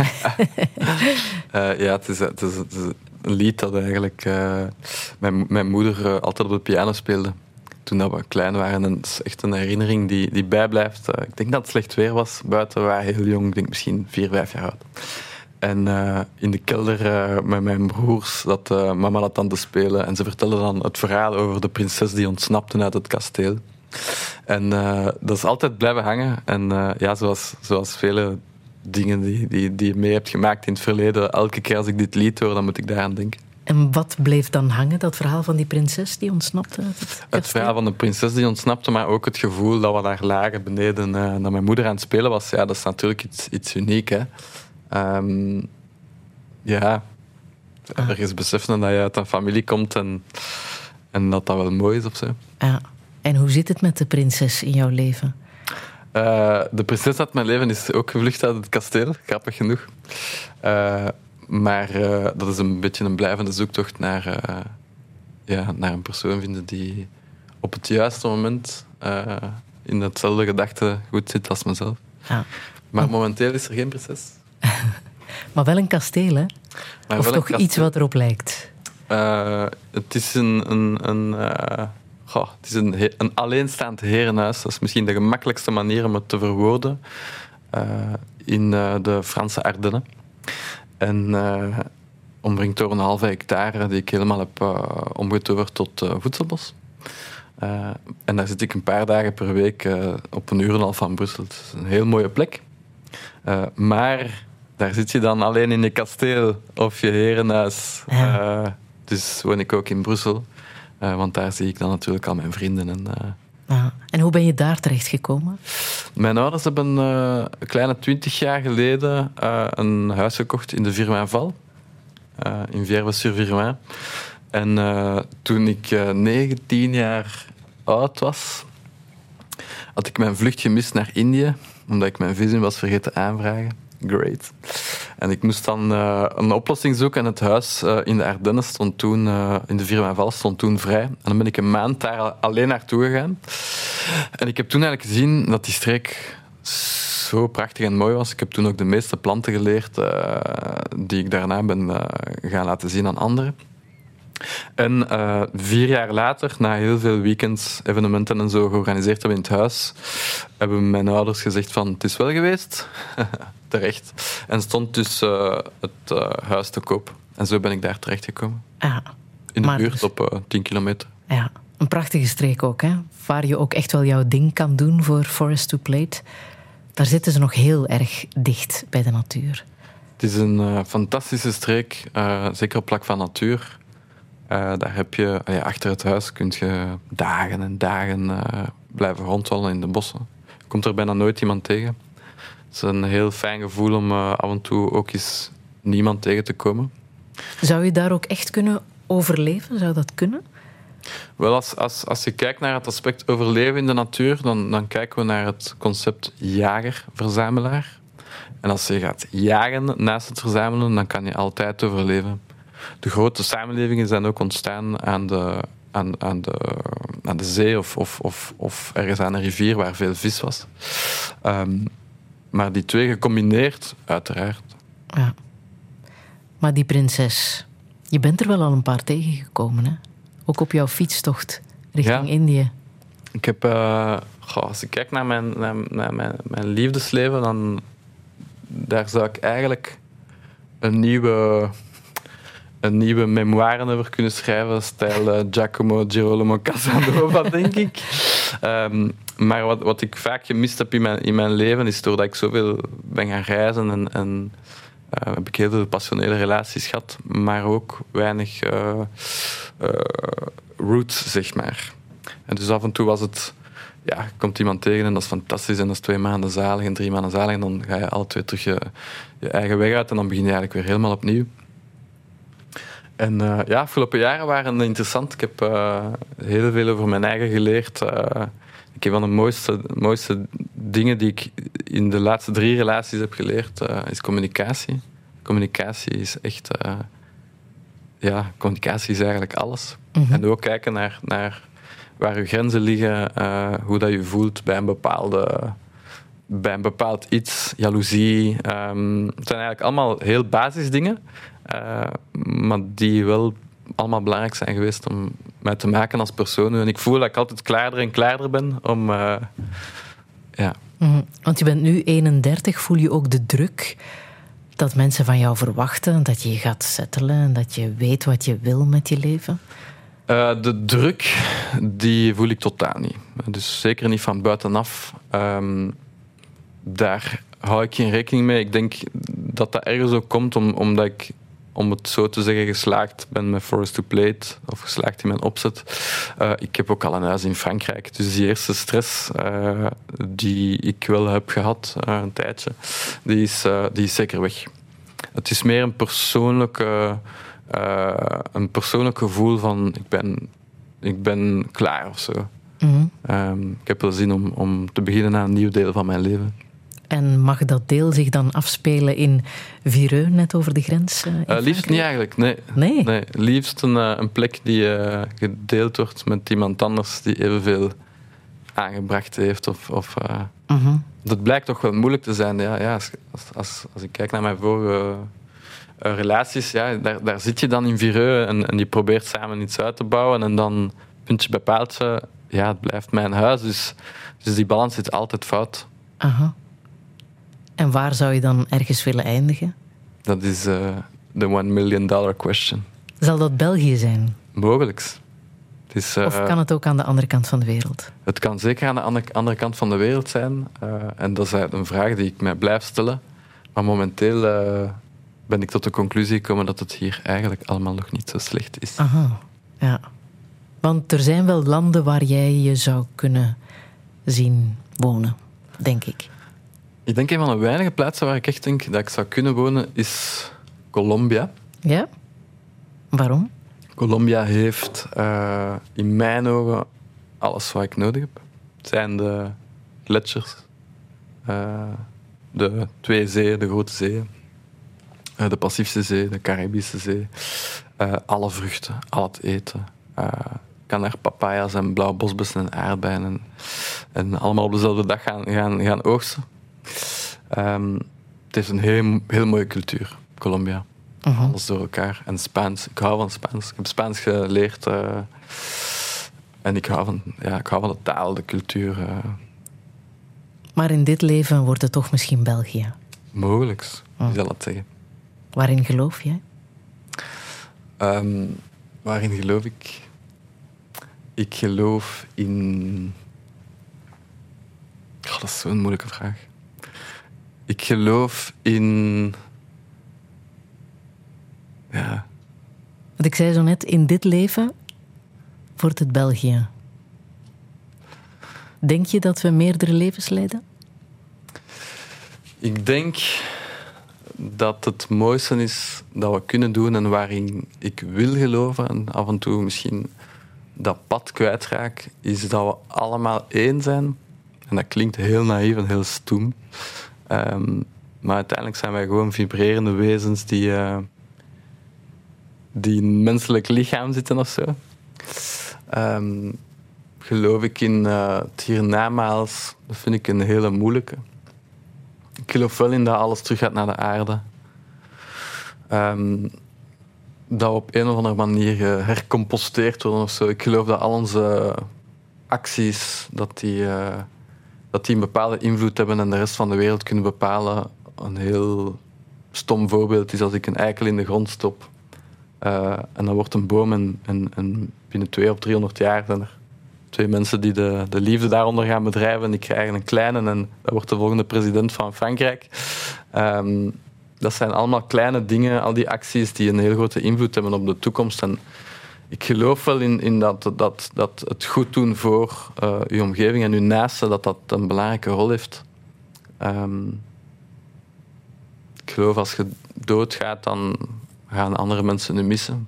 uh, ja, het is, het, is, het is een lied dat eigenlijk uh, mijn, mijn moeder uh, altijd op de piano speelde. Toen dat we klein waren. En het is echt een herinnering die, die bijblijft. Uh, ik denk dat het slecht weer was buiten. We waren heel jong, ik denk misschien vier, vijf jaar oud. En uh, in de kelder uh, met mijn broers dat uh, mama dat aan te spelen. En ze vertelde dan het verhaal over de prinses die ontsnapte uit het kasteel. En uh, dat is altijd blijven hangen. En uh, ja, zoals, zoals vele dingen die, die, die je mee hebt gemaakt in het verleden, elke keer als ik dit lied hoor, dan moet ik daaraan denken. En wat bleef dan hangen? Dat verhaal van die prinses die ontsnapte uit het kasteel? Het verhaal van de prinses die ontsnapte, maar ook het gevoel dat we daar lagen beneden, uh, dat mijn moeder aan het spelen was. Ja, dat is natuurlijk iets, iets uniek. Hè. Um, ja, ah. ergens beseffen dat je uit een familie komt en, en dat dat wel mooi is of zo. Ja. En hoe zit het met de prinses in jouw leven? Uh, de prinses uit mijn leven is ook gevlucht uit het kasteel, grappig genoeg. Uh, maar uh, dat is een beetje een blijvende zoektocht naar, uh, ja, naar een persoon vinden die op het juiste moment uh, in hetzelfde gedachte goed zit als mezelf. Ja. Maar momenteel is er geen prinses. Maar wel een kasteel, hè? Maar of toch kasteel. Iets wat erop lijkt? Uh, het is een... een, een uh, goh, het is een, een alleenstaand herenhuis. Dat is misschien de gemakkelijkste manier om het te verwoorden. Uh, in uh, de Franse Ardennen. En uh, omringd door een halve hectare die ik helemaal heb uh, omgetoverd tot uh, voedselbos. Uh, en daar zit ik een paar dagen per week uh, op een uur en een half van Brussel. Het is een heel mooie plek. Uh, maar daar zit je dan alleen in je kasteel of je herenhuis. Ja. Uh, dus woon ik ook in Brussel. Uh, want daar zie ik dan natuurlijk al mijn vrienden. En, uh... ah, en hoe ben je daar terechtgekomen? Mijn ouders hebben uh, een kleine twintig jaar geleden uh, een huis gekocht in de Virmainval. Uh, in Vierve-sur-Virmain. En uh, toen ik uh, negentien jaar oud was, had ik mijn vlucht gemist naar Indië, omdat ik mijn visum was vergeten aanvragen. Great. En ik moest dan uh, een oplossing zoeken en het huis uh, in de Ardennen stond toen, uh, in de Virmainval stond toen vrij. En dan ben ik een maand daar alleen naartoe gegaan. En ik heb toen eigenlijk gezien dat die streek zo prachtig en mooi was. Ik heb toen ook de meeste planten geleerd uh, die ik daarna ben uh, gaan laten zien aan anderen. En uh, vier jaar later, na heel veel weekends, evenementen en zo georganiseerd hebben in het huis, hebben mijn ouders gezegd van, het is wel geweest. Terecht. En stond dus uh, het uh, huis te koop. En zo ben ik daar terechtgekomen. Ja, in de buurt dus, op uh, tien kilometer. Ja, een prachtige streek ook, hè? Waar je ook echt wel jouw ding kan doen voor Forest to Plate. Daar zitten ze nog heel erg dicht bij de natuur. Het is een uh, fantastische streek, uh, zeker op vlak van natuur. Uh, daar heb je, uh, achter het huis kun je dagen en dagen uh, blijven rondwandelen in de bossen. Je komt er bijna nooit iemand tegen. Het is een heel fijn gevoel om uh, af en toe ook eens niemand tegen te komen. Zou je daar ook echt kunnen overleven? Zou dat kunnen? Wel, als, als, als je kijkt naar het aspect overleven in de natuur, dan, dan kijken we naar het concept jager-verzamelaar. En als je gaat jagen naast het verzamelen, dan kan je altijd overleven. De grote samenlevingen zijn ook ontstaan aan de, aan, aan de, aan de zee of, of, of, of ergens aan een rivier waar veel vis was. Um, maar die twee gecombineerd, uiteraard. Ja. Maar die prinses, je bent er wel al een paar tegengekomen, hè? Ook op jouw fietstocht richting ja. Indië. Ik heb, uh, goh, als ik kijk naar mijn, naar, naar mijn, mijn liefdesleven, dan daar zou ik eigenlijk een nieuwe... een nieuwe memoire over kunnen schrijven, stijl uh, Giacomo Girolamo Casanova, denk ik. Um, maar wat, wat ik vaak gemist heb in mijn, in mijn leven, is doordat ik zoveel ben gaan reizen en, en uh, heb ik heel veel passionele relaties gehad, maar ook weinig uh, uh, roots, zeg maar. En dus af en toe was het, ja, je komt iemand tegen en dat is fantastisch en dat is twee maanden zalig en drie maanden zalig en dan ga je alle twee terug je, je eigen weg uit en dan begin je eigenlijk weer helemaal opnieuw. En uh, ja, afgelopen jaren waren interessant. Ik heb uh, heel veel over mijn eigen geleerd. Uh, ik heb van de mooiste, mooiste dingen die ik in de laatste drie relaties heb geleerd, uh, is communicatie. Communicatie is echt... Uh, ja, communicatie is eigenlijk alles. Mm-hmm. En ook kijken naar, naar waar je grenzen liggen, uh, hoe dat je voelt bij een bepaalde... bij een bepaald iets, jaloezie. Um, het zijn eigenlijk allemaal heel basisdingen, uh, maar die wel allemaal belangrijk zijn geweest om mij te maken als persoon. En ik voel dat ik altijd klaarder en klaarder ben om... Uh, ja. Mm-hmm. Want je bent nu eenendertig, voel je ook de druk dat mensen van jou verwachten, dat je je gaat settelen en dat je weet wat je wil met je leven? Uh, de druk, die voel ik totaal niet. Dus zeker niet van buitenaf. Um, daar hou ik geen rekening mee. Ik denk dat dat ergens ook komt om, omdat ik, om het zo te zeggen, geslaagd ben met Forest to Plate, of geslaagd in mijn opzet. Uh, ik heb ook al een huis in Frankrijk. Dus die eerste stress uh, die ik wel heb gehad, uh, een tijdje, die is, uh, die is zeker weg. Het is meer een persoonlijke... Uh, een persoonlijk gevoel van ik ben, ik ben klaar of zo. Mm-hmm. Um, ik heb wel zin om, om te beginnen aan een nieuw deel van mijn leven. En mag dat deel zich dan afspelen in Vireux, net over de grens? Uh, uh, liefst niet eigenlijk, nee. Nee? nee liefst een, uh, een plek die uh, gedeeld wordt met iemand anders die evenveel aangebracht heeft. Of, of, uh, mm-hmm. Dat blijkt toch wel moeilijk te zijn. Ja, ja, als, als, als ik kijk naar mijn vorige... Uh, Uh, relaties, ja, daar, daar zit je dan in Vireux en, en je probeert samen iets uit te bouwen en dan puntje bij paaltje, ja, het blijft mijn huis, dus, dus die balans zit altijd fout. Aha. En waar zou je dan ergens willen eindigen? Dat is uh, de one million dollar question. Zal dat België zijn? Mogelijks. Het is, uh, of kan het ook aan de andere kant van de wereld? Het kan zeker aan de andere, andere kant van de wereld zijn. Uh, en dat is een vraag die ik mij blijf stellen. Maar momenteel... Uh, ben ik tot de conclusie gekomen dat het hier eigenlijk allemaal nog niet zo slecht is. Aha, ja. Want er zijn wel landen waar jij je zou kunnen zien wonen, denk ik. Ik denk een van de weinige plaatsen waar ik echt denk dat ik zou kunnen wonen is Colombia. Ja? Waarom? Colombia heeft uh, in mijn ogen alles wat ik nodig heb. Het zijn de gletsjers, uh, de twee zeeën, de grote zeeën. De Pacifische Zee, de Caribische Zee, uh, alle vruchten, al het eten. Uh, kan er papaya's en blauwe bosbessen en aardbeien en, en allemaal op dezelfde dag gaan, gaan, gaan oogsten. Um, het heeft een heel, heel mooie cultuur, Colombia. Uh-huh. Alles door elkaar. En Spaans, ik hou van Spaans. Ik heb Spaans geleerd uh, en ik hou, van, ja, ik hou van de taal, de cultuur. Uh. Maar in dit leven wordt het toch misschien België? Mogelijks, wie zal dat zeggen. Waarin geloof jij? Um, waarin geloof ik? Ik geloof in... Oh, dat is zo'n moeilijke vraag. Ik geloof in... Ja. Want ik zei zo net, in dit leven wordt het België. Denk je dat we meerdere levens leiden? Ik denk... dat het mooiste is dat we kunnen doen en waarin ik wil geloven en af en toe misschien dat pad kwijtraak, is dat we allemaal één zijn. En dat klinkt heel naïef en heel stoem. Um, maar uiteindelijk zijn wij gewoon vibrerende wezens die, uh, die in een menselijk lichaam zitten of zo. Um, geloof ik in uh, het hiernamaals, dat vind ik een hele moeilijke. Ik geloof wel in dat alles terug gaat naar de aarde. Um, dat we op een of andere manier hercomposteerd worden of zo. Ik geloof dat al onze acties dat die, uh, dat die een bepaalde invloed hebben en de rest van de wereld kunnen bepalen. Een heel stom voorbeeld is als ik een eikel in de grond stop. Uh, en dan wordt een boom en, en, en binnen twee of driehonderd jaar zijn er twee mensen die de, de liefde daaronder gaan bedrijven. En ik krijg een kleine en dat wordt de volgende president van Frankrijk. Um, dat zijn allemaal kleine dingen, al die acties die een heel grote invloed hebben op de toekomst. En ik geloof wel in, in dat, dat, dat het goed doen voor uh, uw omgeving en uw naasten, dat dat een belangrijke rol heeft. Um, ik geloof als je doodgaat, dan gaan andere mensen u missen.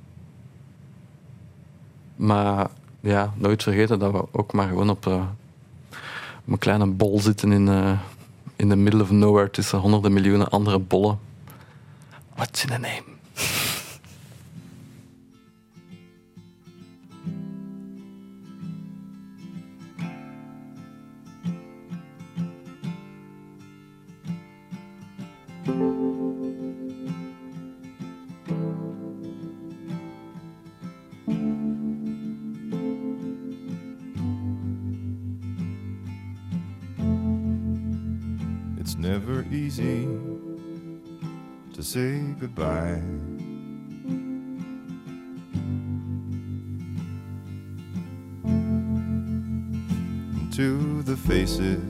Maar ja, nooit vergeten dat we ook maar gewoon op, uh, op een kleine bol zitten in, uh, in the middle of nowhere tussen honderden miljoenen andere bollen. What's in a name? It's never easy to say goodbye. to the faces.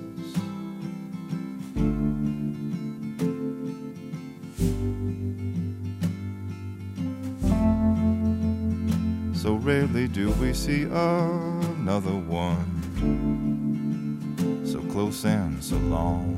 So rarely do we see another one, so close and so long.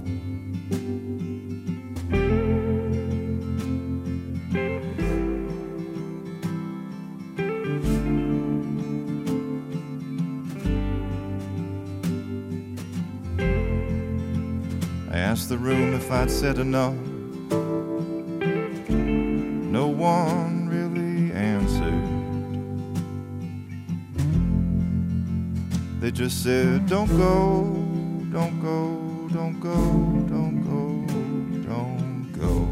I asked the room if I'd said enough. No one really answered. They just said, don't go, don't go, don't go, don't go, don't go.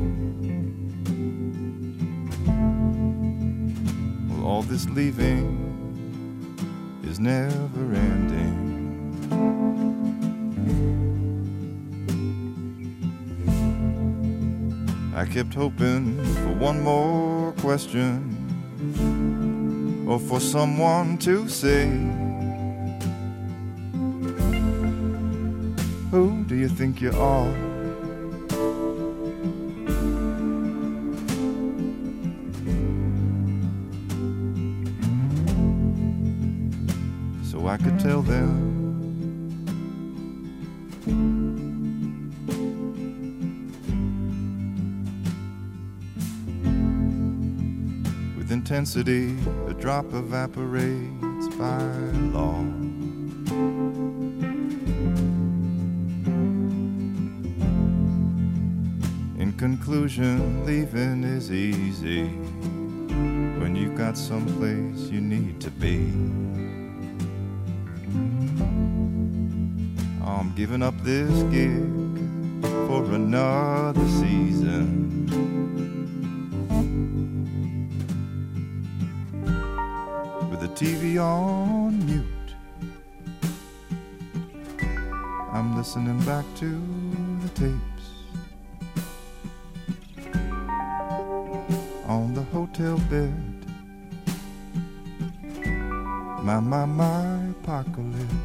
Well, all this leaving is never ending. I kept hoping for one more question, or for someone to say, who do you think you are? So I could tell them with intensity, a drop evaporates by law. In conclusion, leaving is easy when you've got someplace you need to be. I'm giving up this gig for another season. With the T V on mute, I'm listening back to the tapes on the hotel bed. My, my, my apocalypse.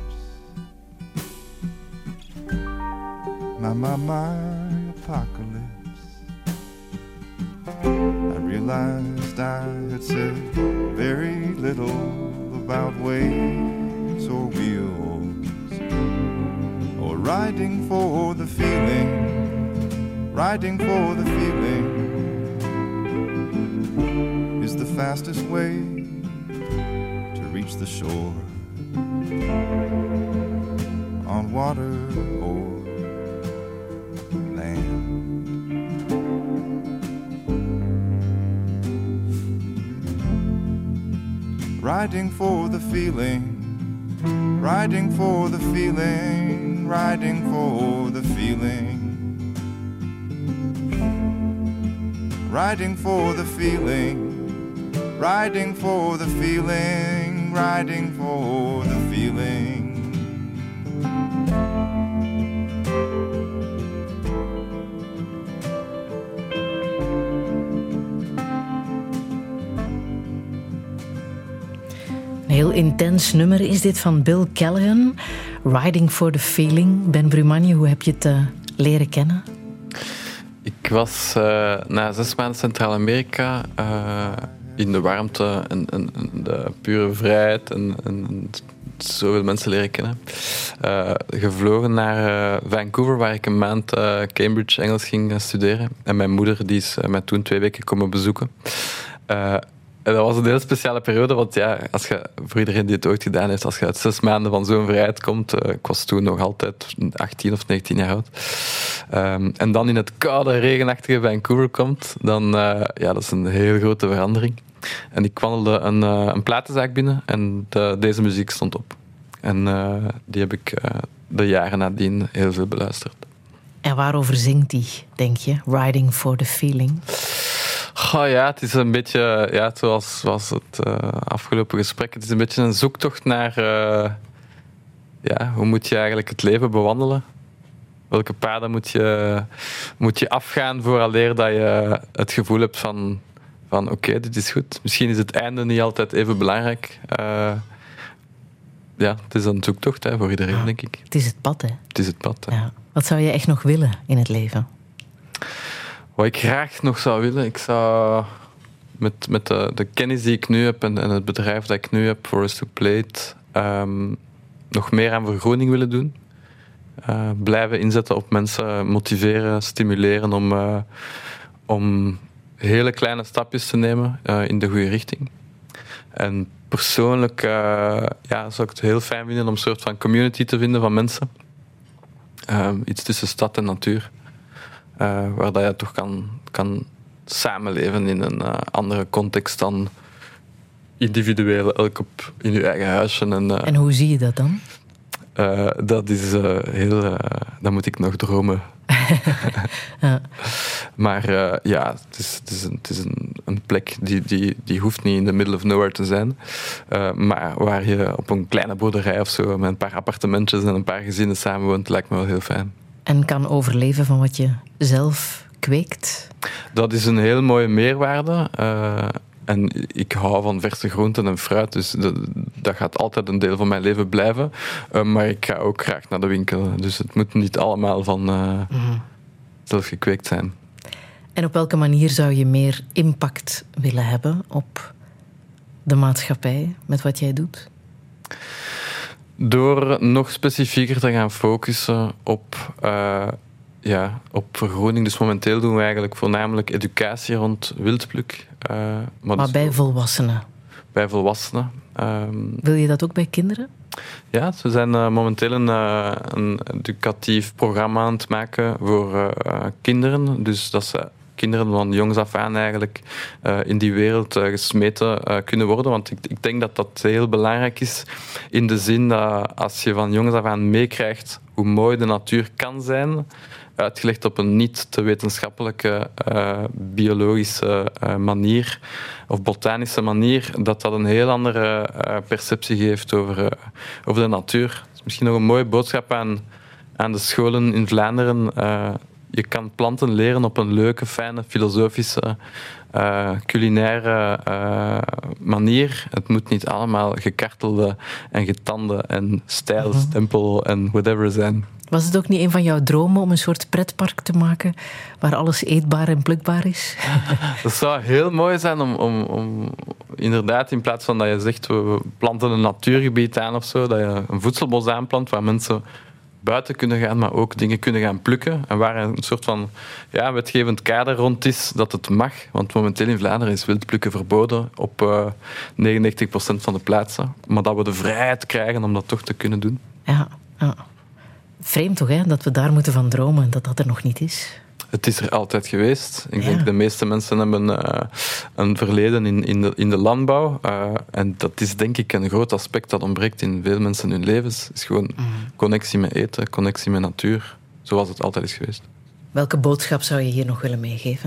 My, my, my apocalypse. I realized I had said very little about waves or wheels, or riding for the feeling, riding for the feeling is the fastest way to reach the shore, on water or riding for the feeling, riding for the feeling, riding for the feeling, riding for the feeling, riding for the feeling, riding for the feeling. Heel intens nummer is dit van Bill Callahan, Riding for the Feeling. Ben Brumanje, hoe heb je het uh, leren kennen? Ik was uh, na zes maanden Centraal-Amerika uh, in de warmte en, en, en de pure vrijheid en, en zoveel mensen leren kennen. Uh, gevlogen naar uh, Vancouver, waar ik een maand uh, Cambridge Engels ging uh, studeren. En mijn moeder die is uh, mij toen twee weken komen bezoeken. Uh, En dat was een heel speciale periode, want ja, als je, voor iedereen die het ooit gedaan heeft, als je uit zes maanden van zo'n vrijheid komt, uh, ik was toen nog altijd achttien of negentien jaar oud, um, en dan in het koude, regenachtige Vancouver komt, dan uh, ja, dat is een heel grote verandering. En ik wandelde een, uh, een platenzaak binnen en de, deze muziek stond op. En uh, die heb ik uh, de jaren nadien heel veel beluisterd. En waarover zingt die, denk je? Riding for the Feeling? Oh ja, het is een beetje, ja, zoals, zoals het uh, afgelopen gesprek, het is een beetje een zoektocht naar, uh, ja, hoe moet je eigenlijk het leven bewandelen? Welke paden moet je, moet je afgaan vooraleer dat je het gevoel hebt van, van oké, okay, dit is goed. Misschien is het einde niet altijd even belangrijk. Uh, ja, het is een zoektocht hè, voor iedereen, Ja. denk ik. Het is het pad, hè? Het is het pad. Hè. Ja. Wat zou je echt nog willen in het leven? Wat ik graag nog zou willen, ik zou met, met de, de kennis die ik nu heb en, en het bedrijf dat ik nu heb, Forest to Plate, um, nog meer aan vergroening willen doen. Uh, blijven inzetten op mensen, motiveren, stimuleren om, uh, om hele kleine stapjes te nemen uh, in de goede richting. En persoonlijk uh, ja, zou ik het heel fijn vinden om een soort van community te vinden van mensen. Uh, iets tussen stad en natuur. Uh, waar dat je toch kan, kan samenleven in een uh, andere context dan individueel, elk op in je eigen huisje. En, uh, En hoe zie je dat dan? Uh, dat is uh, heel... Uh, dat moet ik nog dromen. Ja. Maar uh, ja, het is, het is, een, het is een, een plek die, die, die hoeft niet in the middle of nowhere te zijn. Uh, maar waar je op een kleine boerderij of zo met een paar appartementjes en een paar gezinnen samenwoont, lijkt me wel heel fijn. En kan overleven van wat je zelf kweekt? Dat is een heel mooie meerwaarde. Uh, En ik hou van verse groenten en fruit, dus dat, dat gaat altijd een deel van mijn leven blijven. Uh, maar ik ga ook graag naar de winkel, dus het moet niet allemaal van uh, mm-hmm. zelf gekweekt zijn. En op welke manier zou je meer impact willen hebben op de maatschappij met wat jij doet? Door nog specifieker te gaan focussen op... Uh, Ja, op vergroening. Dus momenteel doen we eigenlijk voornamelijk educatie rond wildpluk. Uh, maar maar dus bij volwassenen? Bij volwassenen. Um, Wil je dat ook bij kinderen? Ja, we zijn uh, momenteel een, uh, een educatief programma aan het maken voor uh, kinderen. Dus dat ze kinderen van jongs af aan eigenlijk uh, in die wereld uh, gesmeten uh, kunnen worden. Want ik, ik denk dat dat heel belangrijk is in de zin dat als je van jongs af aan meekrijgt hoe mooi de natuur kan zijn, uitgelegd op een niet te wetenschappelijke uh, biologische uh, manier of botanische manier, dat dat een heel andere uh, perceptie geeft over, uh, over de natuur. Dat is misschien nog een mooie boodschap aan, aan de scholen in Vlaanderen. Uh, je kan planten leren op een leuke, fijne, filosofische, uh, culinaire uh, manier. Het moet niet allemaal gekartelde en getande en stijlstempel en whatever zijn. Was het ook niet een van jouw dromen om een soort pretpark te maken waar alles eetbaar en plukbaar is? Dat zou heel mooi zijn om, om, om inderdaad, in plaats van dat je zegt we planten een natuurgebied aan of zo, dat je een voedselbos aanplant waar mensen buiten kunnen gaan, maar ook dingen kunnen gaan plukken. En waar een soort van ja, wetgevend kader rond is dat het mag. Want momenteel in Vlaanderen is wildplukken verboden op uh, negenennegentig procent van de plaatsen. Maar dat we de vrijheid krijgen om dat toch te kunnen doen. Ja, ja. Vreemd toch, hè? Dat we daar moeten van dromen, dat dat er nog niet is. Het is er altijd geweest. Ik ja. denk de meeste mensen hebben uh, een verleden in, in, de, in de landbouw. Uh, en dat is denk ik een groot aspect dat ontbreekt in veel mensen hun levens. Het is gewoon mm. connectie met eten, connectie met natuur. Zoals het altijd is geweest. Welke boodschap zou je hier nog willen meegeven?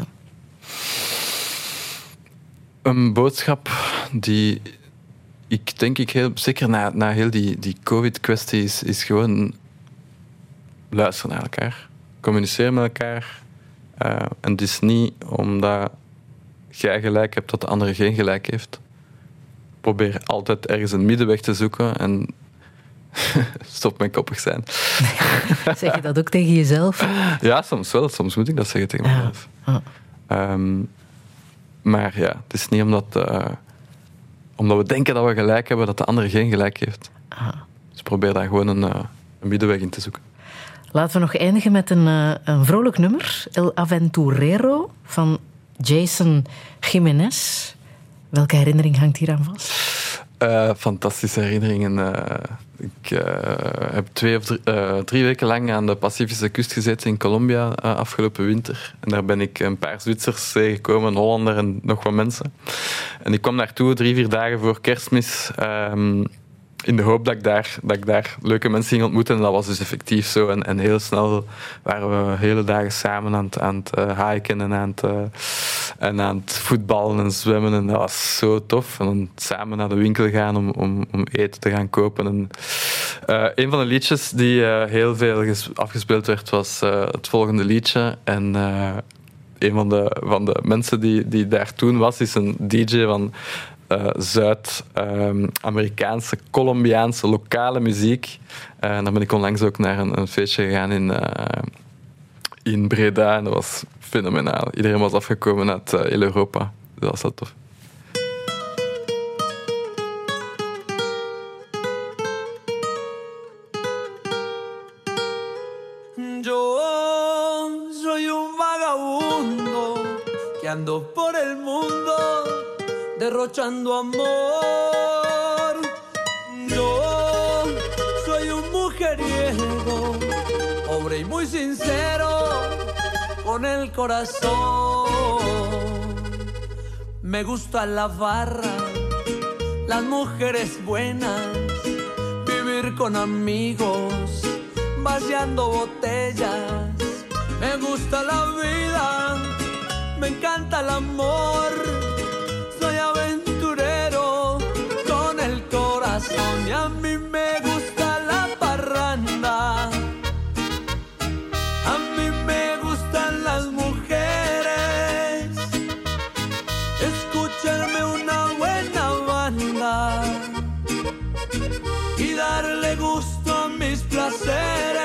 Een boodschap die ik denk ik heel... Zeker na, na heel die, die covid-kwestie is, is gewoon luisteren naar elkaar. Communiceren met elkaar. Uh, en het is niet omdat jij gelijk hebt dat de andere geen gelijk heeft. Probeer altijd ergens een middenweg te zoeken en stop met koppig zijn. Zeg je dat ook tegen jezelf? Ja, soms wel. Soms moet ik dat zeggen tegen mezelf. Ja. Ja. Um, maar ja, het is niet omdat, uh, omdat we denken dat we gelijk hebben dat de andere geen gelijk heeft. Ah. Dus probeer daar gewoon een, uh, een middenweg in te zoeken. Laten we nog eindigen met een, uh, een vrolijk nummer. El Aventurero van Jason Jiménez. Welke herinnering hangt hier aan vast? Uh, fantastische herinneringen. Uh, ik uh, heb twee of drie, uh, drie weken lang aan de Pacifische kust gezeten in Colombia uh, afgelopen winter. En daar ben ik een paar Zwitsers tegengekomen, een Hollander en nog wat mensen. En ik kwam naartoe drie, vier dagen voor Kerstmis. Um, in de hoop dat ik, daar, dat ik daar leuke mensen ging ontmoeten. En dat was dus effectief zo. En, en heel snel waren we hele dagen samen aan het, aan het uh, hiken en aan het, uh, en aan het voetballen en zwemmen. En dat was zo tof. En dan samen naar de winkel gaan om, om, om eten te gaan kopen. En, uh, een van de liedjes die uh, heel veel ges- afgespeeld werd, was uh, het volgende liedje. En uh, een van de, van de mensen die, die daar toen was, is een D J van uh, Zuid-Amerikaanse, um, Colombiaanse, lokale muziek. Uh, en dan ben ik onlangs ook naar een, een feestje gegaan in, uh, in Breda en dat was fenomenaal. Iedereen was afgekomen uit uh, heel Europa. Dat was wel tof. Ando por el mundo derrochando amor. Yo soy un mujeriego, pobre y muy sincero con el corazón. Me gusta la barra, las mujeres buenas, vivir con amigos, vaciando botellas. Me gusta la vida, me encanta el amor, soy aventurero con el corazón y a mí me gusta la parranda, a mí me gustan las mujeres, escucharme una buena banda y darle gusto a mis placeres.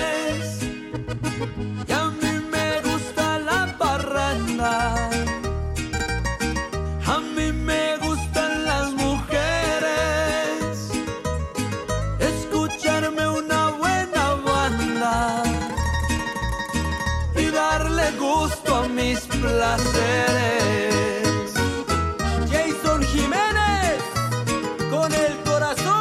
A mí me gustan las mujeres, escucharme una buena banda y darle gusto a mis placeres. Jason Jiménez, con el corazón.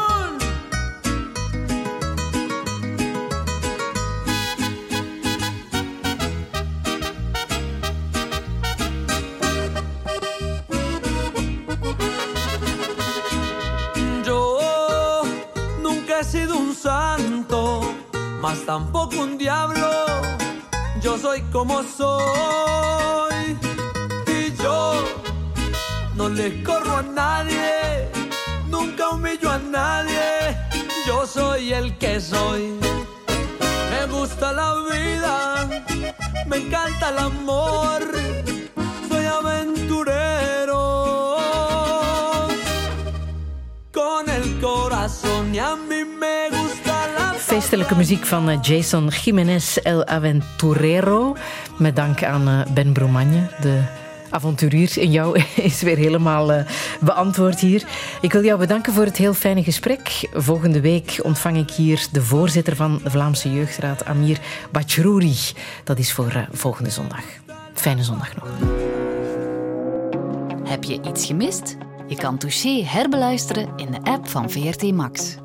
Mas tampoco un diablo, yo soy como soy. Y yo no le corro a nadie, nunca humillo a nadie, yo soy el que soy. Me gusta la vida, me encanta el amor, soy aventurero con el corazón y a mí me gusta. Feestelijke muziek van Jason Jiménez, El Aventurero. Met dank aan Ben Broemagne. De avonturier in jou is weer helemaal uh, beantwoord hier. Ik wil jou bedanken voor het heel fijne gesprek. Volgende week ontvang ik hier de voorzitter van de Vlaamse Jeugdraad, Amir Bachrouri. Dat is voor uh, volgende zondag. Fijne zondag nog. Heb je iets gemist? Je kan Touché herbeluisteren in de app van V R T Max.